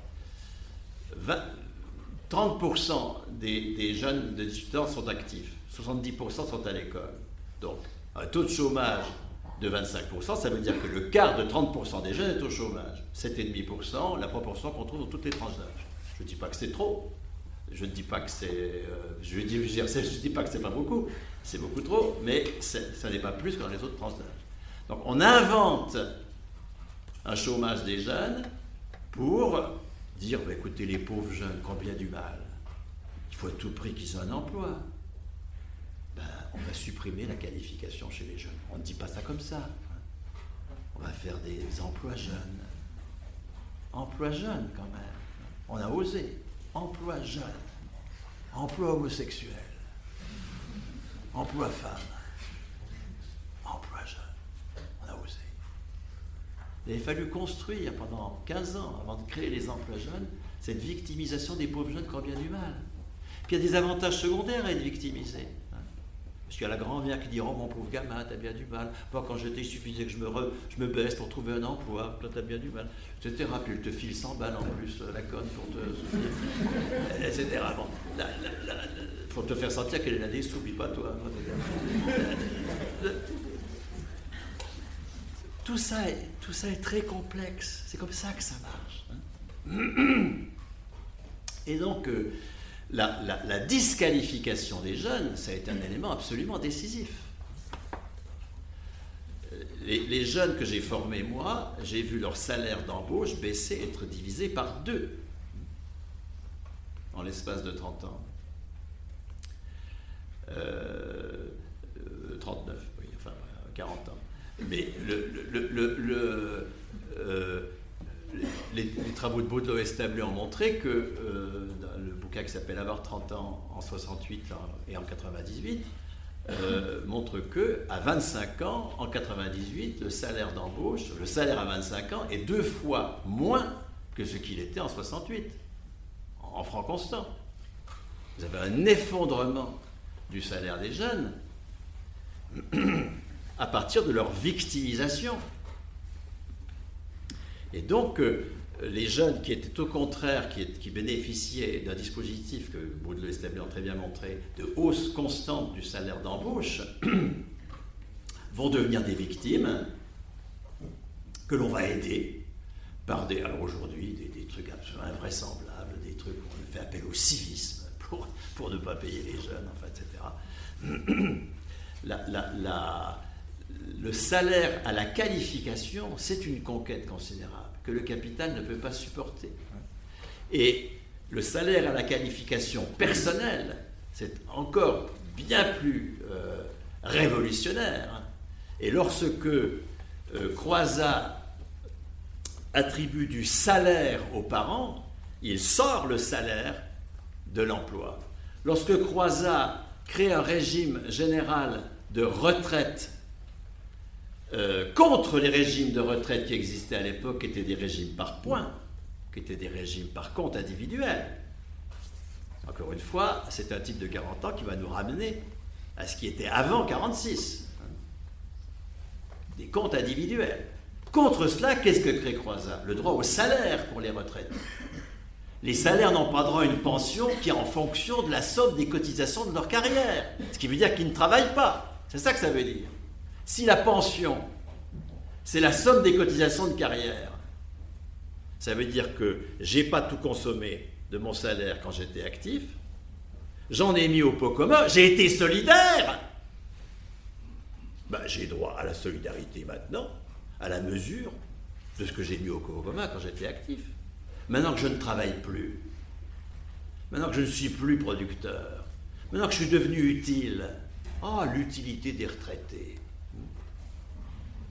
trente pour cent des, des jeunes de dix-huit ans sont actifs, soixante-dix pour cent sont à l'école. Donc, un taux de chômage de vingt-cinq pour cent, ça veut dire que le quart de trente pour cent des jeunes est au chômage. sept virgule cinq pour cent, la proportion qu'on trouve dans toutes les tranches d'âge. Je ne dis pas que c'est trop, je ne dis pas que c'est... Euh, je ne dis, je dis pas que c'est pas beaucoup, c'est beaucoup trop, mais ça n'est pas plus que dans les autres tranches d'âge. Donc on invente un chômage des jeunes pour dire, bah, écoutez, les pauvres jeunes, combien du mal. Il faut à tout prix qu'ils aient un emploi. Ben, on va supprimer la qualification chez les jeunes. On ne dit pas ça comme ça. On va faire des emplois jeunes. Emplois jeunes, quand même. On a osé. Emploi jeunes. Emploi homosexuel. Emploi femme. Emploi jeunes. On a osé. Il a fallu construire pendant quinze ans, avant de créer les emplois jeunes, cette victimisation des pauvres jeunes qui ont bien du mal. Puis il y a des avantages secondaires à être victimisé. Parce qu'il y a la grand-mère qui dit « Oh mon pauvre gamin, t'as bien du mal. Moi quand j'étais, il suffisait que je me, re, je me baisse pour trouver un emploi. Toi t'as bien du mal. » et cetera. Puis elle te file cent balles en plus, la conne, pour te soutenir. et cetera. Bon, là, là, là, là, pour te faire sentir qu'elle a des sous, puis pas toi. Tout ça, est, tout ça est très complexe. C'est comme ça que ça marche. Hein. Et donc... Euh, La, la, la disqualification des jeunes, ça a été un élément absolument décisif. Les, les jeunes que j'ai formés, moi, j'ai vu leur salaire d'embauche baisser, être divisé par deux en l'espace de trente ans. Euh, trente-neuf, oui, enfin, quarante ans. Mais le... le, le, le euh, Les, les travaux de Baudelaire Establé ont montré que euh, dans le bouquin qui s'appelle Avoir trente ans en soixante-huit et en quatre-vingt-dix-huit euh, montre que à vingt-cinq ans, en quatre-vingt-dix-huit, le salaire d'embauche, le salaire à vingt-cinq ans est deux fois moins que ce qu'il était en soixante-huit, en, en francs constants. Vous avez un effondrement du salaire des jeunes à partir de leur victimisation. Et donc, euh, les jeunes qui étaient au contraire, qui, qui bénéficiaient d'un dispositif que Baudelaire Establé a très bien montré, de hausse constante du salaire d'embauche, vont devenir des victimes que l'on va aider par des, alors aujourd'hui, des, des trucs absolument invraisemblables, des trucs où on fait appel au civisme pour, pour ne pas payer les jeunes, enfin, et cetera. La... la, la Le salaire à la qualification, c'est une conquête considérable que le capital ne peut pas supporter. Et le salaire à la qualification personnelle, c'est encore bien plus euh, révolutionnaire. Et lorsque euh, Croizat attribue du salaire aux parents, il sort le salaire de l'emploi. Lorsque Croizat crée un régime général de retraite Euh, contre les régimes de retraite qui existaient à l'époque, qui étaient des régimes par points, qui étaient des régimes par compte individuel. Encore une fois, c'est un type de quarante ans qui va nous ramener à ce qui était avant quarante-six. Des comptes individuels. Contre cela, qu'est-ce que crée Croizat? Le droit au salaire pour les retraites. Les salaires n'ont pas droit à une pension qui est en fonction de la somme des cotisations de leur carrière. Ce qui veut dire qu'ils ne travaillent pas. C'est ça que ça veut dire. Si la pension, c'est la somme des cotisations de carrière, ça veut dire que je n'ai pas tout consommé de mon salaire quand j'étais actif, j'en ai mis au pot commun, j'ai été solidaire. Ben, j'ai droit à la solidarité maintenant, à la mesure de ce que j'ai mis au pot commun quand j'étais actif. Maintenant que je ne travaille plus, maintenant que je ne suis plus producteur, maintenant que je suis devenu utile, oh, l'utilité des retraités.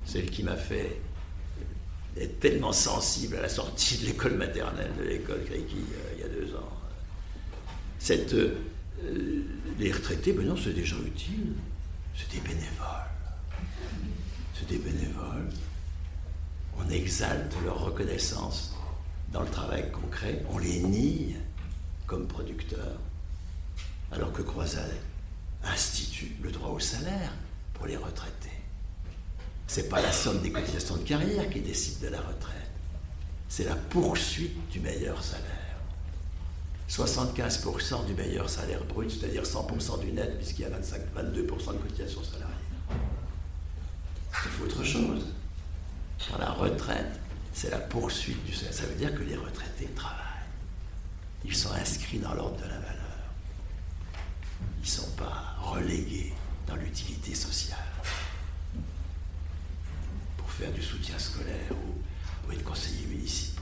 celle qui m'a fait être tellement sensible à la sortie de l'école maternelle, de l'école Créqui, euh, il y a deux ans. Cette, euh, les retraités, ben non, c'est des gens utiles, c'est des bénévoles. C'est des bénévoles. On exalte leur reconnaissance dans le travail concret, on les nie comme producteurs, alors que Croizade institue le droit au salaire pour les retraités. C'est pas la somme des cotisations de carrière qui décide de la retraite, c'est la poursuite du meilleur salaire. soixante-quinze pour cent du meilleur salaire brut, c'est-à-dire cent pour cent du net, puisqu'il y a vingt-cinq, vingt-deux pour cent de cotisations salariées. C'est autre chose. Dans la retraite, c'est la poursuite du salaire. Ça veut dire que les retraités travaillent. Ils sont inscrits dans l'ordre de la valeur. Ils ne sont pas relégués dans l'utilité sociale pour faire du soutien scolaire ou, ou être conseillers municipaux.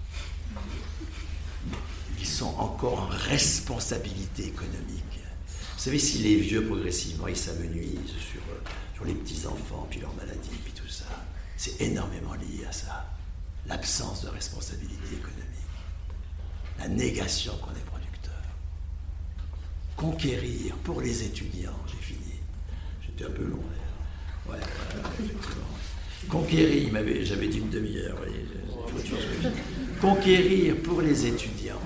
Ils sont encore en responsabilité économique. Vous savez, si les vieux, progressivement, ils s'amenuisent sur, sur les petits-enfants, puis leurs maladies, puis tout ça, c'est énormément lié à ça. L'absence de responsabilité économique. La négation qu'on est producteur. Conquérir pour les étudiants, j'ai fini. J'étais un peu long, d'ailleurs. Ouais, voilà, effectivement. Conquérir, j'avais dit une demi-heure, vous voyez, autre chose que je... Conquérir pour les étudiants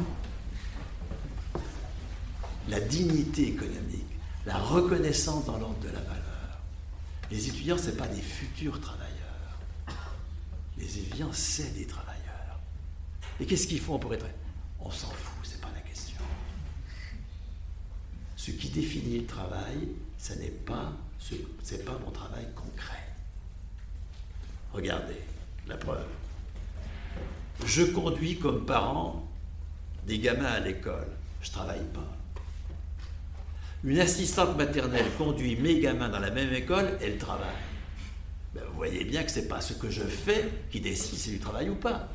la dignité économique, la reconnaissance dans l'ordre de la valeur. Les étudiants, ce n'est pas des futurs travailleurs. Les étudiants, c'est des travailleurs. Et qu'est-ce qu'ils font pour être... On s'en fout, ce n'est pas la question. Ce qui définit le travail, ce n'est pas, ce, c'est pas mon travail concret. Regardez, la preuve. Je conduis comme parent des gamins à l'école. Je ne travaille pas. Une assistante maternelle conduit mes gamins dans la même école, elle travaille. Ben, vous voyez bien que ce n'est pas ce que je fais qui décide si c'est du travail ou pas.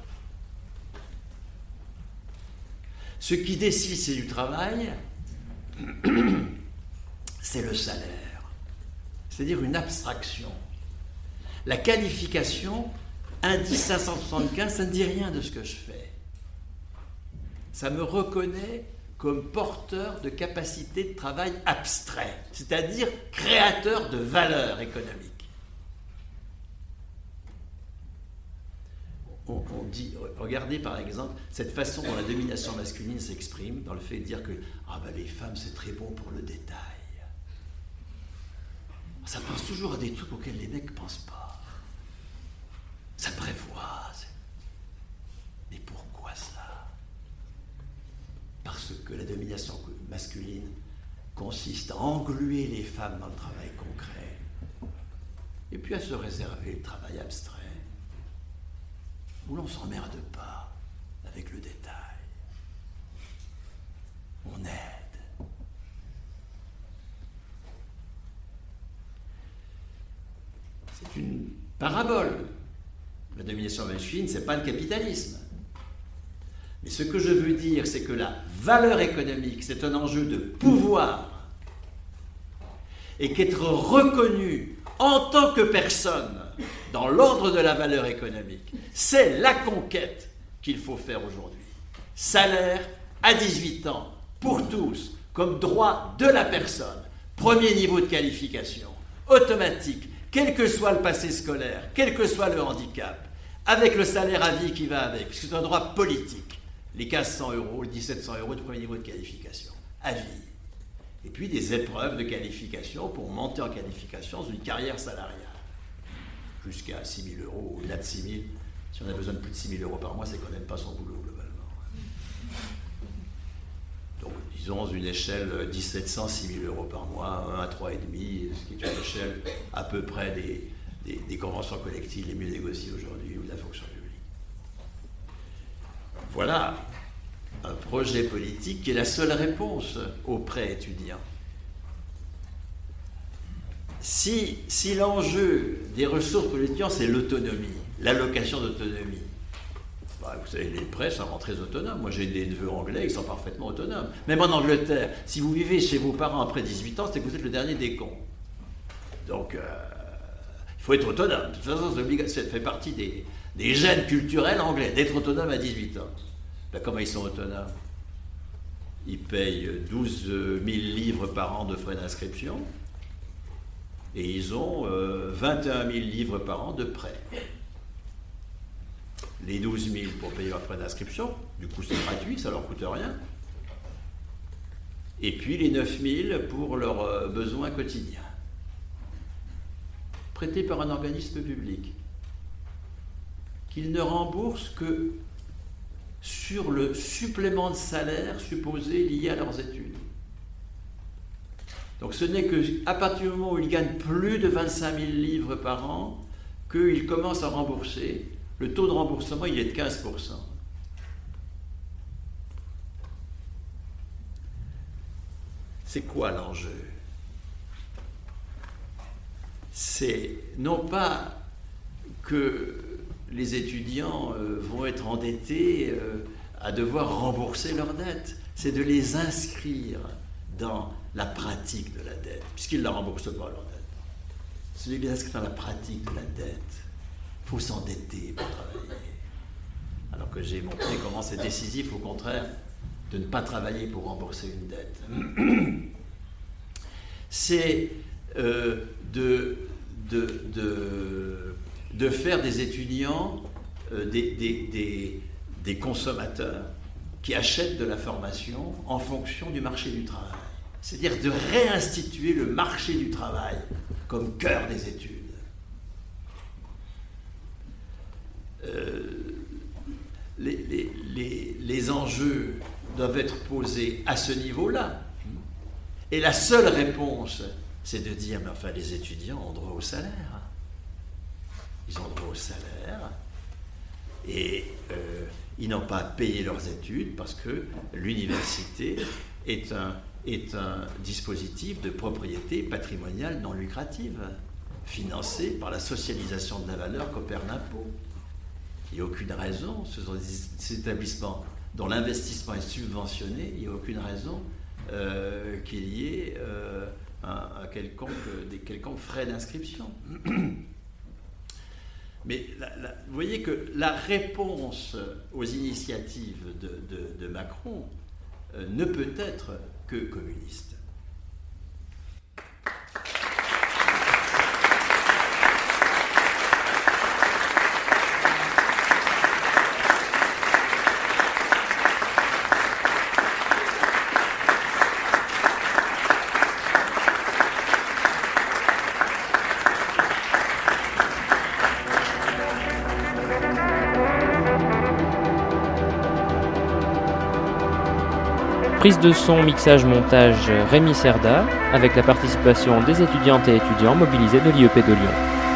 Ce qui décide si c'est du travail, c'est le salaire. C'est-à-dire une abstraction. La qualification, indice cinq cent soixante-quinze, ça ne dit rien de ce que je fais. Ça me reconnaît comme porteur de capacité de travail abstrait, c'est-à-dire créateur de valeur économique. On, on dit, regardez par exemple cette façon dont la domination masculine s'exprime dans le fait de dire que ah ben, les femmes c'est très bon pour le détail. Ça pense toujours à des trucs auxquels les mecs ne pensent pas. Ça prévoit. Mais pourquoi ça? Parce que la domination masculine consiste à engluer les femmes dans le travail concret et puis à se réserver le travail abstrait où l'on ne s'emmerde pas avec le détail. On aide. C'est une parabole. La domination masculine, ce n'est pas le capitalisme. Mais ce que je veux dire, c'est que la valeur économique, c'est un enjeu de pouvoir et qu'être reconnu en tant que personne dans l'ordre de la valeur économique, c'est la conquête qu'il faut faire aujourd'hui. Salaire à dix-huit ans, pour tous, comme droit de la personne, premier niveau de qualification, automatique, quel que soit le passé scolaire, quel que soit le handicap, avec le salaire à vie qui va avec, puisque c'est un droit politique, les mille cinq cents euros, les mille sept cents euros de premier niveau de qualification, à vie. Et puis des épreuves de qualification pour monter en qualification dans une carrière salariale. Jusqu'à six mille euros, au-delà de six mille. Si on a besoin de plus de six mille euros par mois, c'est qu'on n'aime pas son boulot, globalement. Donc, disons, une échelle mille sept cents, six mille euros par mois, un à trois virgule cinq, ce qui est une échelle à peu près des, des, des conventions collectives les mieux négociées aujourd'hui ou de la fonction publique. Voilà un projet politique qui est la seule réponse aux prêts étudiants. Si, si l'enjeu des ressources pour l'étudiant, c'est l'autonomie, l'allocation d'autonomie, bah, vous savez, les prêts, ça rend très autonome. Moi, j'ai des neveux anglais, ils sont parfaitement autonomes. Même en Angleterre, si vous vivez chez vos parents après dix-huit ans, c'est que vous êtes le dernier des cons. Donc, euh, il faut être autonome. De toute façon, c'est obligatoire. Ça fait partie des, des gènes culturels anglais, d'être autonome à dix-huit ans. Ben, comment ils sont autonomes? Ils payent douze mille livres par an de frais d'inscription et ils ont euh, vingt et un mille livres par an de prêts. Les douze mille pour payer leurs frais d'inscription, du coup c'est gratuit, ça leur coûte rien. Et puis les neuf mille pour leurs euh, besoins quotidiens. Prêtés par un organisme public, qu'ils ne remboursent que sur le supplément de salaire supposé lié à leurs études. Donc ce n'est qu'à partir du moment où ils gagnent plus de vingt-cinq mille livres par an qu'ils commencent à rembourser. Le taux de remboursement, il est de quinze pour cent. C'est quoi l'enjeu? C'est non pas que les étudiants euh, vont être endettés euh, à devoir rembourser leurs dettes, c'est de les inscrire dans la pratique de la dette, puisqu'ils ne la remboursent pas leur dette. C'est de les inscrire dans la pratique de la dette. Il faut s'endetter pour travailler. Alors que j'ai montré comment c'est décisif, au contraire, de ne pas travailler pour rembourser une dette. C'est euh, de, de, de, de faire des étudiants euh, des, des, des, des consommateurs qui achètent de la formation en fonction du marché du travail. C'est-à-dire de réinstituer le marché du travail comme cœur des études. Euh, les, les, les, les enjeux doivent être posés à ce niveau-là. Et la seule réponse, c'est de dire, mais enfin, les étudiants ont droit au salaire. Ils ont droit au salaire. Et euh, ils n'ont pas à payer leurs études parce que l'université est un, est un dispositif de propriété patrimoniale non lucrative, financé par la socialisation de la valeur qu'opère l'impôt. Il n'y a aucune raison, ce sont des établissements dont l'investissement est subventionné, il n'y a aucune raison euh, qu'il y ait euh, un, un quelconque, des quelconques frais d'inscription. Mais la, la, vous voyez que la réponse aux initiatives de, de, de Macron euh, ne peut être que communiste. Prise de son, mixage, montage, Rémi Cerda, avec la participation des étudiantes et étudiants mobilisés de l'I E P de Lyon.